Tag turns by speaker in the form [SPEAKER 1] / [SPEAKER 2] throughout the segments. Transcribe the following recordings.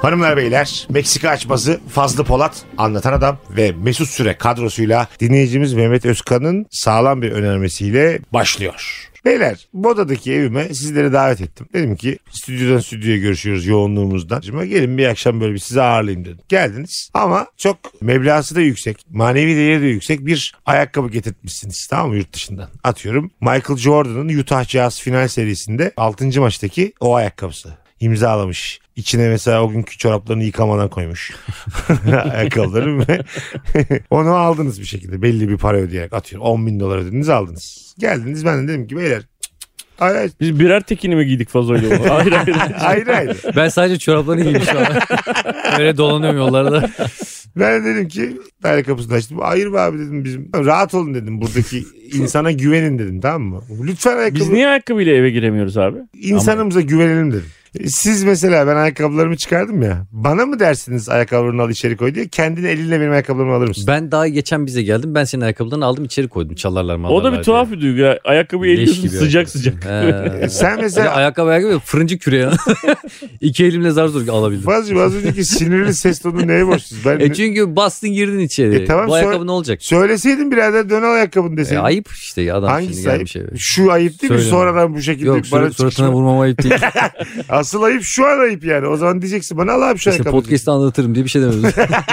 [SPEAKER 1] Hanımlar beyler, Meksika açması Fazlı Polat, Anlatan Adam ve Mesut Süre kadrosuyla dinleyicimiz Mehmet Özkan'ın sağlam bir önermesiyle başlıyor. Beyler, Boda'daki evime sizleri davet ettim. Dedim ki stüdyodan stüdyoya görüşüyoruz yoğunluğumuzdan. Şimdi gelin bir akşam böyle bir sizi ağırlayayım dedim. Geldiniz ama çok meblası da yüksek, manevi değeri de yüksek bir ayakkabı getirtmişsiniz, tamam mı, yurt dışından. Atıyorum Michael Jordan'ın Utah Jazz final serisinde 6. maçtaki o ayakkabısı. İmzalamış. İçine mesela o günkü çoraplarını yıkamadan koymuş. Ayakkabıları ve onu aldınız bir şekilde belli bir para ödeyerek, atıyorum $10.000 ödediniz, aldınız. Geldiniz, ben de dedim ki beyler hayır.
[SPEAKER 2] Biz birer tekini mi giydik fazlayla?
[SPEAKER 1] Hayır.
[SPEAKER 3] Ben sadece çoraplarını giymiş şu an. Öyle dolanıyorum yollarda.
[SPEAKER 1] Ben de dedim ki daire kapısını açtım. Hayır be abi dedim, bizim rahat olun dedim, buradaki insana güvenin dedim, tamam mı? Lütfen ayakkabı.
[SPEAKER 2] Biz niye ayakkabıyla eve giremiyoruz abi?
[SPEAKER 1] İnsanımıza güvenelim dedim. Siz mesela, ben ayakkabılarımı çıkardım ya. Bana mı dersiniz ayakkabılarını al içeri koy diye, kendini eliyle benim ayakkabılarımı alır mısın?
[SPEAKER 3] Ben daha geçen bize geldim. Ben senin ayakkabılarını aldım içeri koydum. Çalarlar mı?
[SPEAKER 2] O da bir tuhaf bir duygu ya. Ayakkabıyı eliyorsun sıcak sıcak.
[SPEAKER 1] Sen mesela
[SPEAKER 3] ayakkabı fırıncı küreği. İki elimle zar zor alabildim.
[SPEAKER 1] Fazla az önceki sinirli ses tonu neye borçsuz?
[SPEAKER 3] Çünkü bastın girdin içeri.
[SPEAKER 1] Tamam,
[SPEAKER 3] bu ayakkabı ne olacak?
[SPEAKER 1] Söyleseydin birader, dön al ayakkabını deseydin.
[SPEAKER 3] Ayıp işte ya, adam
[SPEAKER 1] hangisi
[SPEAKER 3] şimdi
[SPEAKER 1] ayıp?
[SPEAKER 3] Şey.
[SPEAKER 1] Şu ayıp değil mi? Sonradan bu şekilde
[SPEAKER 3] yok,
[SPEAKER 1] bana
[SPEAKER 3] suratına vurmam ayıp değil.
[SPEAKER 1] Asıl ayıp şu an ayıp yani. O zaman diyeceksin bana, al abi şu ayakkabını.
[SPEAKER 3] Podcast'ta anlatırım diye bir şey demedim.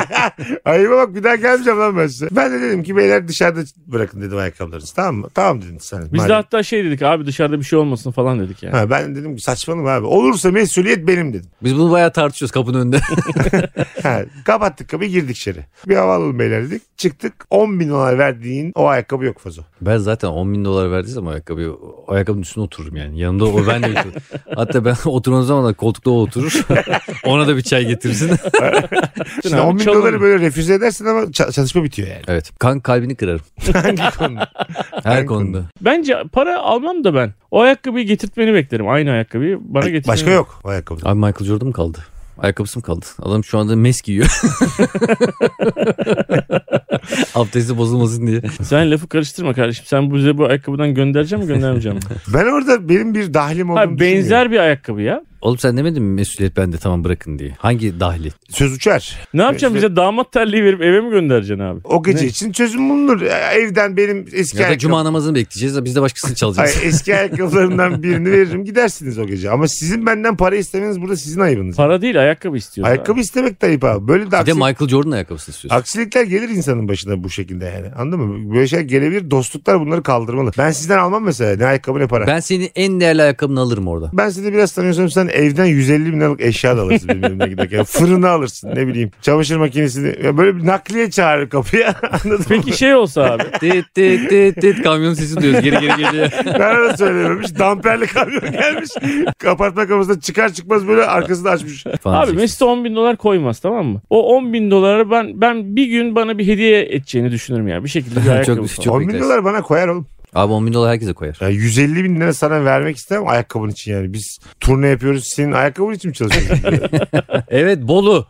[SPEAKER 1] Ayıba bak, bir daha gelmeyeceğim lan ben size. Ben de dedim ki beyler dışarıda bırakın dedim ayakkabılarınızı, tamam mı? Tamam dedin sen.
[SPEAKER 2] Biz de hatta şey dedik abi, dışarıda bir şey olmasın falan dedik yani.
[SPEAKER 1] Ha, ben dedim ki saçmalama abi. Olursa mesuliyet benim dedim.
[SPEAKER 3] Biz bunu bayağı tartışıyoruz kapının önünde.
[SPEAKER 1] Kapattık kapıyı, girdik içeri. Bir hava alalım beyler dedik. Çıktık, $10.000 verdiğin o ayakkabı yok Fazo.
[SPEAKER 3] Ben zaten $10.000 verdiysem o ayakkabının üstüne otururum yani. Yanında o ben de otururum. Hatta ben oturduğum zaman da koltukta o oturur. Ona da bir çay getirsin.
[SPEAKER 1] İşte $10.000 böyle refüze edersin ama çalışma bitiyor yani.
[SPEAKER 3] Evet. Kalbini kırarım.
[SPEAKER 1] Hangi konuda?
[SPEAKER 3] Her konuda.
[SPEAKER 2] Bence para almam da ben. O ayakkabıyı getirtmeni beklerim. Aynı ayakkabıyı bana getirmeni.
[SPEAKER 1] Başka yok o ayakkabı.
[SPEAKER 3] Abi Michael Jordan mı kaldı? Ayakkabısı mı kaldı? Adam şu anda mes giyiyor. Abdesti bozulmasın diye.
[SPEAKER 2] Sen lafı karıştırma kardeşim. Sen bize bu ayakkabıdan göndereceğim mi göndermeyeceğim mi?
[SPEAKER 1] Ben orada benim bir dahlim olduğunu
[SPEAKER 2] benzer bir ayakkabı ya.
[SPEAKER 3] Oğlum sen demedin mi mesuliyet bende, tamam bırakın diye. Hangi dahili?
[SPEAKER 1] Söz uçar.
[SPEAKER 2] Ne yapacağım, bize damat terliği verip eve mi göndereceksin abi?
[SPEAKER 1] O gece için çözüm bulunur. Evden benim eski
[SPEAKER 3] ya da cuma namazını bekleyeceğiz. Biz de başkasını çalacağız.
[SPEAKER 1] Hayır, eski ayakkabılarımdan birini veririm, gidersiniz o gece. Ama sizin benden para istemeniz burada sizin ayıbınız.
[SPEAKER 2] Para değil, ayakkabı istiyoruz.
[SPEAKER 1] Ayakkabı istemek de ayıp abi. Böyle de
[SPEAKER 3] bir de Michael Jordan ayakkabısını istiyorsun.
[SPEAKER 1] Aksilikler gelir insanın başına bu şekilde yani. Anladın mı? Böyle şey gelebilir. Dostluklar bunları kaldırmalı. Ben sizden almam mesela. Ne ayakkabı ne para.
[SPEAKER 3] Ben senin en değerli ayakkabını alırım orada.
[SPEAKER 1] Ben seni biraz tanıyorsam sen evden 150 bin liralık eşya da alırsın benim evime giderken. Fırını alırsın, ne bileyim. Çamaşır makinesini. Ya böyle bir nakliye çağırır kapıya. Anladın mı?
[SPEAKER 2] Peki şey olsa abi.
[SPEAKER 3] Tit kamyon sesi duyuyoruz. Geri geliyor.
[SPEAKER 1] Ben de söylememiş. Damperli kamyon gelmiş. Apartman kapısında çıkar çıkmaz böyle arkasını açmış.
[SPEAKER 2] Abi Mesut'a $10.000 koymaz, tamam mı? O $10.000 ben bir gün bana bir hediye edeceğini düşünürüm ya. Bir şekilde bir ayakkabı.
[SPEAKER 1] $10.000 bana koyar oğlum.
[SPEAKER 3] Abi $10.000 herkese koyar.
[SPEAKER 1] Ya 150 bin lira sana vermek istemem ayakkabın için yani. Biz turne yapıyoruz, senin ayakkabın için mi çalışıyoruz?
[SPEAKER 3] Evet, Bolu.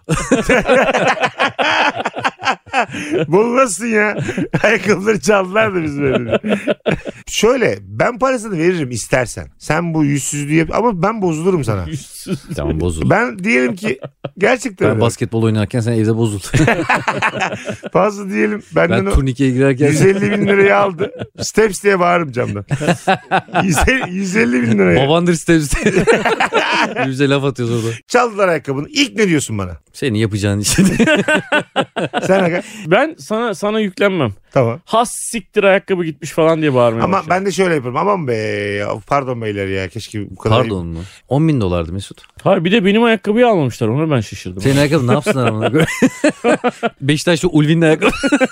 [SPEAKER 1] Bolu nasılsın ya? Ayakkabıları çaldılar da biz böyle. Şöyle, ben parasını veririm istersen. Sen bu yüzsüzlüğü yap ama ben bozulurum sana.
[SPEAKER 3] Tamam, bozul.
[SPEAKER 1] Ben diyelim ki gerçekten
[SPEAKER 3] ben basketbol oynarken sen evde bozul.
[SPEAKER 1] Fazla diyelim benden
[SPEAKER 3] ben turnikeye girerken
[SPEAKER 1] 150 bin lirayı aldı. Steps diye bağırırım camdan. 150 bin liraya.
[SPEAKER 3] Babandır Steps. Yüze laf atıyoruz orada.
[SPEAKER 1] Çaldılar ayakkabını. İlk ne diyorsun bana?
[SPEAKER 3] Senin yapacağın işte.
[SPEAKER 1] Sen aga.
[SPEAKER 2] Ben sana yüklenmem.
[SPEAKER 1] Tamam.
[SPEAKER 2] Has siktir ayakkabı gitmiş falan diye bağırmaya
[SPEAKER 1] Ama
[SPEAKER 2] başladım.
[SPEAKER 1] ben de şöyle yaparım. Aman be. Pardon beyler ya. Keşke bu kadar.
[SPEAKER 3] Pardon mu? $10.000'dı Mesut.
[SPEAKER 2] Hayır, bir de benim ayakkabıyı almamışlar. Ona ben şaşırdım.
[SPEAKER 3] Senin ayakkabı ne yapsınlar ona göre? Beşiktaş'ta Ulvi'nin ayakkabı.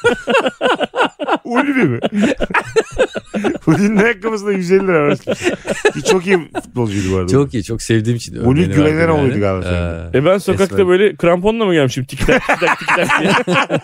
[SPEAKER 1] Ulvi mi? Ulvi'nin ayakkabısında 150 lira var. Çok iyi futbolcuydu bu arada.
[SPEAKER 3] Çok iyi. Çok sevdiğim için.
[SPEAKER 1] Ulvi güvenen oluydu galiba.
[SPEAKER 2] Ben sokakta
[SPEAKER 3] Esmer.
[SPEAKER 2] böyle kramponla mı gelmişim? Tik tak tik tak tik tak diye.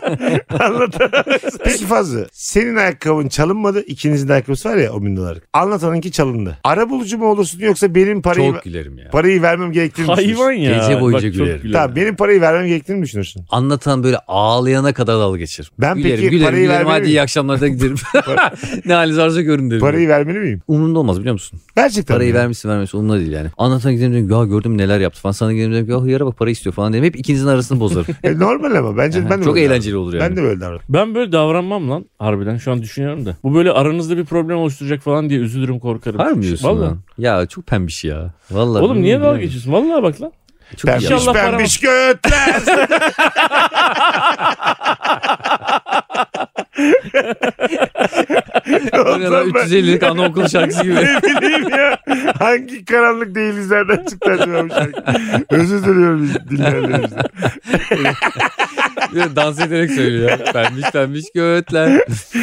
[SPEAKER 1] Peki Fazlı, senin ayakkabın çalınmadı. İkinizin de ayakkabısı var ya $10.000. Anlatanınki çalındı. Arabulucu mu olursun yoksa benim
[SPEAKER 3] Çok gülerim ya.
[SPEAKER 1] parayı vermem gerektiğini mi düşünürsün?
[SPEAKER 2] Hayvan ya.
[SPEAKER 3] Gece boyunca
[SPEAKER 2] Bak, çok
[SPEAKER 3] gülerim.
[SPEAKER 2] gülerim.
[SPEAKER 1] Tamam, benim parayı vermem gerektiğini mi düşünürsün?
[SPEAKER 3] Anlatan böyle ağlayana kadar dalga geçir.
[SPEAKER 1] Ben
[SPEAKER 3] gülerim,
[SPEAKER 1] peki parayı
[SPEAKER 3] gülerim.
[SPEAKER 1] vermeli
[SPEAKER 3] Hadi
[SPEAKER 1] miyim?
[SPEAKER 3] iyi akşamlar da giderim. Ne haliniz varsa görün derim.
[SPEAKER 1] Parayı vermeli miyim?
[SPEAKER 3] Umurumda olmaz, biliyor musun?
[SPEAKER 1] Gerçekten Gerçekten.
[SPEAKER 3] Parayı
[SPEAKER 1] mi?
[SPEAKER 3] vermişsin vermemişsin onunla değil yani. Anlatan gidelim diyorum ya gördüm neler yaptı falan. Sana gidelim diyorum ya hıyara bak para istiyor falan dedim. Hep ikinizin arasını bozarım.
[SPEAKER 1] Normal ama bence ben de
[SPEAKER 3] Çok
[SPEAKER 1] böyle
[SPEAKER 3] eğlenceli
[SPEAKER 1] davranırım.
[SPEAKER 3] olur yani.
[SPEAKER 1] Ben de böyle davranırım.
[SPEAKER 2] Ben böyle davranmam lan harbiden şu an düşünüyorum da. Bu böyle aranızda bir problem oluşturacak falan diye üzülürüm korkarım.
[SPEAKER 3] Var mı diyorsun
[SPEAKER 2] Vallahi.
[SPEAKER 3] lan? Ya çok pembiş ya. Vallahi.
[SPEAKER 2] Oğlum niye dalga
[SPEAKER 3] bilmiyorum.
[SPEAKER 2] geçiyorsun? Vallahi bak lan.
[SPEAKER 3] Çok
[SPEAKER 1] Pembiş
[SPEAKER 2] İnşallah param-
[SPEAKER 1] pembiş götler.
[SPEAKER 3] O ne lan 350'lik anaokul şarkısı gibi.
[SPEAKER 1] Ne bileyim ya. Hangi karanlık değilizlerden çıktı acaba bu şarkı? Özür diliyorum dinleyenlerimizden.
[SPEAKER 3] Bir de dans ederek söylüyor ya. Pembiş pembiş göğütler.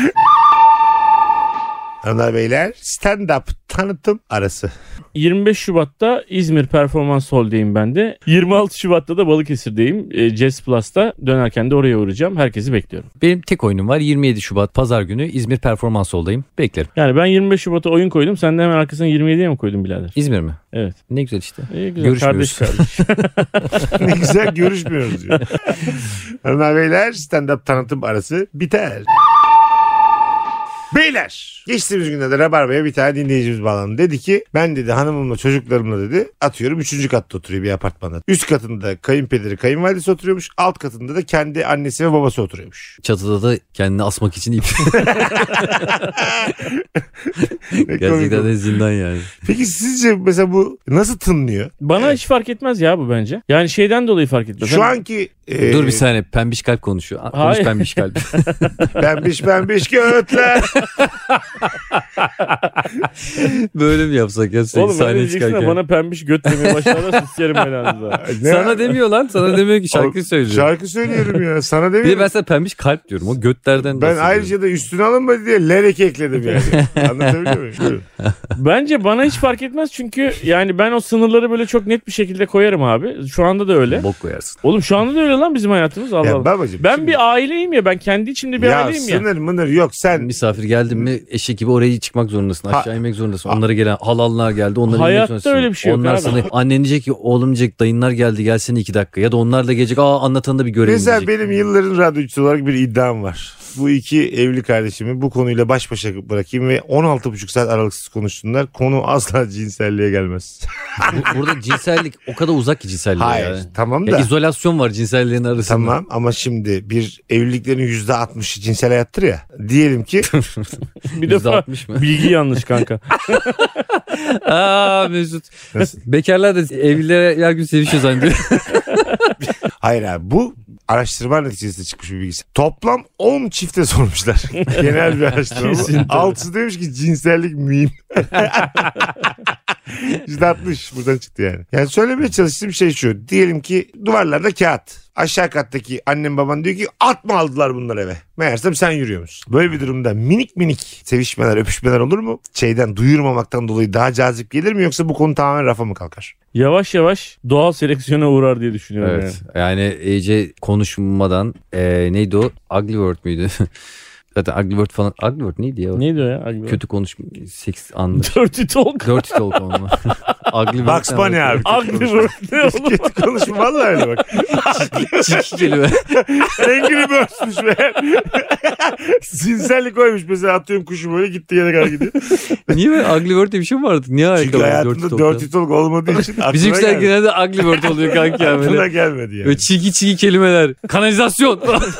[SPEAKER 1] Hanımlar beyler stand-up tanıtım arası.
[SPEAKER 2] 25 Şubat'ta İzmir Performans Hall'deyim ben de. 26 Şubat'ta da Balıkesir'deyim. Jazz Plus'ta dönerken de oraya uğrayacağım. Herkesi bekliyorum.
[SPEAKER 3] Benim tek oyunum var. 27 Şubat Pazar günü İzmir Performans Hall'dayım. Beklerim.
[SPEAKER 2] Yani ben 25 Şubat'a oyun koydum. Sen de hemen arkasına 27'ye mi koydun birader?
[SPEAKER 3] İzmir mi?
[SPEAKER 2] Evet.
[SPEAKER 3] Ne güzel işte.
[SPEAKER 2] İyi güzel.
[SPEAKER 3] Görüşmüyoruz.
[SPEAKER 2] Kardeş.
[SPEAKER 1] Ne güzel görüşmüyoruz diyor. Hanımlar beyler stand-up tanıtım arası biter. Beyler geçtiğimiz günlerde Rabarba'ya bir tane dinleyicimiz bağlandı. Dedi ki ben dedi hanımımla çocuklarımla dedi atıyorum 3. katta oturuyor bir apartmanda. Üst katında kayınpederi kayınvalidesi oturuyormuş. Alt katında da kendi annesi ve babası oturuyormuş.
[SPEAKER 3] Çatıda da kendini asmak için ip.
[SPEAKER 1] Ne komik
[SPEAKER 3] Gerçekten
[SPEAKER 1] oldu.
[SPEAKER 3] de zindan yani.
[SPEAKER 1] Peki sizce mesela bu nasıl tınlıyor?
[SPEAKER 2] Bana hiç fark etmez ya bu bence. Yani şeyden dolayı fark etmez.
[SPEAKER 1] Şu
[SPEAKER 2] Hani-
[SPEAKER 1] anki
[SPEAKER 3] Dur bir saniye pembiş kalp konuşuyor. Konuş
[SPEAKER 2] Hayır.
[SPEAKER 3] pembiş kalp.
[SPEAKER 1] pembiş göğütler.
[SPEAKER 3] Böyle mi yapsak ya?
[SPEAKER 2] Oğlum ben
[SPEAKER 3] Sahne
[SPEAKER 2] diyeceksin de
[SPEAKER 3] çıkarken.
[SPEAKER 2] bana pembiş göt demeye başlarsa sikerim belanızı.
[SPEAKER 1] Ne
[SPEAKER 3] Sana
[SPEAKER 1] ya?
[SPEAKER 3] demiyor lan. Sana demiyor ki şarkı söylüyor.
[SPEAKER 1] Şarkı söylüyorum ya. Sana
[SPEAKER 3] Bir de
[SPEAKER 1] demiyorum.
[SPEAKER 3] ben sana pembiş kalp diyorum. O götlerden
[SPEAKER 1] Ben
[SPEAKER 3] bahsediyorum.
[SPEAKER 1] ayrıca da üstüne alınmadı diye lerek ekledim yani. Anlatabiliyor muyum? Buyurun.
[SPEAKER 2] Bence bana hiç fark etmez çünkü yani ben o sınırları böyle çok net bir şekilde koyarım abi. Şu anda da öyle.
[SPEAKER 3] Bok koyarsın.
[SPEAKER 2] Oğlum şu anda da öyle lan bizim hayatımız. Allah
[SPEAKER 1] Ya
[SPEAKER 2] Allah.
[SPEAKER 1] babacığım.
[SPEAKER 2] Ben
[SPEAKER 1] şimdi-
[SPEAKER 2] bir aileyim ya. Ben kendi içimde bir
[SPEAKER 1] ya
[SPEAKER 2] aileyim ya.
[SPEAKER 1] sınır mınır yok sen.
[SPEAKER 3] Misafir geldin mi eşek gibi oraya çıkmak zorundasın.
[SPEAKER 1] Ha-
[SPEAKER 3] Aşağı inmek zorundasın. Onlara gelen halallar geldi. Onlara
[SPEAKER 2] Hayatta
[SPEAKER 3] inmek zorundasın.
[SPEAKER 2] öyle bir şey yok
[SPEAKER 3] Onlar
[SPEAKER 2] abi.
[SPEAKER 3] sana annen diyecek ki oğlum diyecek dayınlar geldi gelsene 2 dakika. Ya da onlar da gelecek anlatanı da bir görelim
[SPEAKER 1] Mesela
[SPEAKER 3] diyecek.
[SPEAKER 1] benim yılların radyocusu olarak bir iddiam var. Bu iki evli kardeşimi bu konuyla baş başa bırakayım ve 16,5 saat aralıksız konuşsunlar. Konu asla cinselliğe gelmez.
[SPEAKER 3] Burada cinsellik o kadar uzak ki cinselliğe
[SPEAKER 1] Hayır
[SPEAKER 3] yani.
[SPEAKER 1] tamam
[SPEAKER 3] Ya
[SPEAKER 1] da.
[SPEAKER 3] izolasyon var cinselliğin arasında.
[SPEAKER 1] Tamam ama şimdi bir evliliklerin %60'ı cinsel hayattır ya. Diyelim ki
[SPEAKER 2] Bir defa
[SPEAKER 3] %60 mı?
[SPEAKER 2] bilgi yanlış kanka.
[SPEAKER 3] Aa Mesut.
[SPEAKER 1] Nasıl?
[SPEAKER 3] Bekarlar da evlilere her gün sevişiyor zannediyor.
[SPEAKER 1] hayır abi bu araştırma neticesinde çıkmış bir bilgisi. Toplam 10 çifte sormuşlar. Genel bir araştırma. bu.
[SPEAKER 2] Kesin.
[SPEAKER 1] Altısı demiş ki cinsellik mühim. %60 buradan çıktı yani. Yani söylemeye çalıştığım şey şu. Diyelim ki duvarlarda kağıt. Aşağı kattaki annem baban diyor ki at mı aldılar bunlar eve? Meğersem sen yürüyormuşsun. Böyle bir durumda minik minik sevişmeler öpüşmeler olur mu? Şeyden duyurmamaktan dolayı daha cazip gelir mi yoksa bu konu tamamen rafa mı kalkar?
[SPEAKER 2] Yavaş yavaş doğal seleksiyona uğrar diye düşünüyorum
[SPEAKER 3] Evet. Yani iyice konuşmadan neydi o? Ugly Word müydü? Zaten Ugly Word falan. Ugly Word neydi ya?
[SPEAKER 2] yani. Neydi o ya?
[SPEAKER 3] Kötü konuşma. Seks anlı.
[SPEAKER 2] Dirty talk.
[SPEAKER 3] Dirty talk onunla. Ugly Word.
[SPEAKER 1] Bugs Bunny abi.
[SPEAKER 2] Ugly word ne oğlum?
[SPEAKER 1] Kötü konuşma vallahi öyle bak.
[SPEAKER 3] Çirkin kelime.
[SPEAKER 1] Angry Birds'müş be. Cinsellik koymuş mesela atıyorum kuşu böyle gitti yere kadar gidiyor.
[SPEAKER 3] Niye böyle Ugly Word diye bir şey mi vardı? Niye
[SPEAKER 1] Çünkü
[SPEAKER 3] ayakkabı
[SPEAKER 1] hayatında dirty talk olmadığı için aklına
[SPEAKER 3] Bizimkiler
[SPEAKER 1] gelmedi.
[SPEAKER 3] genelde Ugly Word oluyor kanki ya
[SPEAKER 1] Aklına
[SPEAKER 3] böyle.
[SPEAKER 1] gelmedi yani.
[SPEAKER 3] Böyle çirkin kelimeler. Kanalizasyon.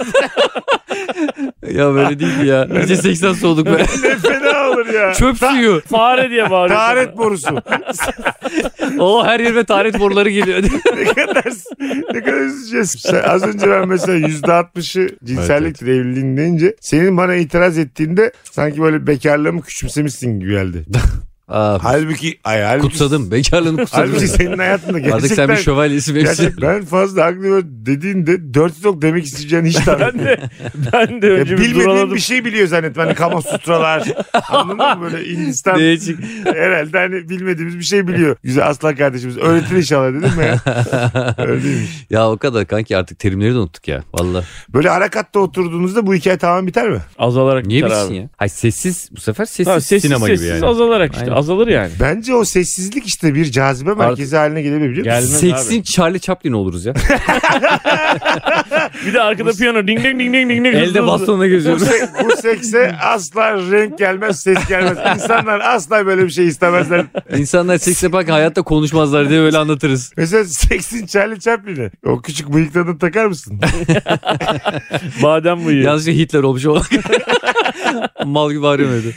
[SPEAKER 3] Ya böyle değil ya. İyice 80 soğuduk be.
[SPEAKER 1] Ne fena olur ya.
[SPEAKER 3] Çöp suyu.
[SPEAKER 2] Fare diye bağırıyor.
[SPEAKER 1] Taharet borusu.
[SPEAKER 3] Her yerime taharet boruları geliyor.
[SPEAKER 1] ne kadar üzüleceğiz. Az önce ben mesela %60'ı cinselliktir evliliğin deyince senin bana itiraz ettiğinde sanki böyle bekarlığımı küçümsemişsin gibi geldi. Halbuki
[SPEAKER 3] Kutsadım. Bekarlığını kutsadım.
[SPEAKER 1] Halbuki senin hayatında gerçekten
[SPEAKER 3] Artık sen bir şövalyesin hepsi.
[SPEAKER 1] ben fazla ugly word dediğinde dirty talk demek isteyeceğini hiç tahmin etmedim.
[SPEAKER 2] Ben de
[SPEAKER 1] Ya
[SPEAKER 2] önce bir
[SPEAKER 1] bilmediğim
[SPEAKER 2] duraladım.
[SPEAKER 1] bir şey biliyor zannettim. Hani Kama Sutralar. Anladın mı? Böyle Hindistan.
[SPEAKER 3] Neye çık?
[SPEAKER 1] Herhalde hani bilmediğimiz bir şey biliyor. Güzel aslan kardeşimiz. Öğretir inşallah dedim mi ya? Öyle değilmiş.
[SPEAKER 3] Ya o kadar kanki artık terimleri de unuttuk ya. Valla.
[SPEAKER 1] Böyle harakatta oturduğunuzda bu hikaye tamamen biter mi?
[SPEAKER 2] Azalarak
[SPEAKER 3] Niye
[SPEAKER 2] biter
[SPEAKER 3] bitsin
[SPEAKER 2] abi.
[SPEAKER 3] ya? Hayır sessiz bu sefer sessiz,
[SPEAKER 2] Ha, sessiz
[SPEAKER 3] sinema
[SPEAKER 2] sessiz
[SPEAKER 3] gibi yani.
[SPEAKER 2] azalarak işte.
[SPEAKER 3] Aynen.
[SPEAKER 2] azalır yani.
[SPEAKER 1] Bence o sessizlik işte bir cazibe merkezi haline gelebilir biliyor musun?
[SPEAKER 2] Gelmez
[SPEAKER 3] Seksin
[SPEAKER 2] abi.
[SPEAKER 3] Charlie Chaplin oluruz ya.
[SPEAKER 2] Bir de arkada piyano ding ding ding ding ding ding.
[SPEAKER 3] Elde bastonla geziyoruz.
[SPEAKER 1] Bu sekse asla renk gelmez, ses gelmez. İnsanlar asla böyle bir şey istemezler.
[SPEAKER 3] İnsanlar seks yaparken hayatta konuşmazlar diye böyle anlatırız.
[SPEAKER 1] Mesela seksin Charlie Chaplin'i. O küçük bıyıklarını takar mısın?
[SPEAKER 2] Badem bıyığı.
[SPEAKER 3] Yalnızca Hitler olmuş o. Mal gibi arıyordu.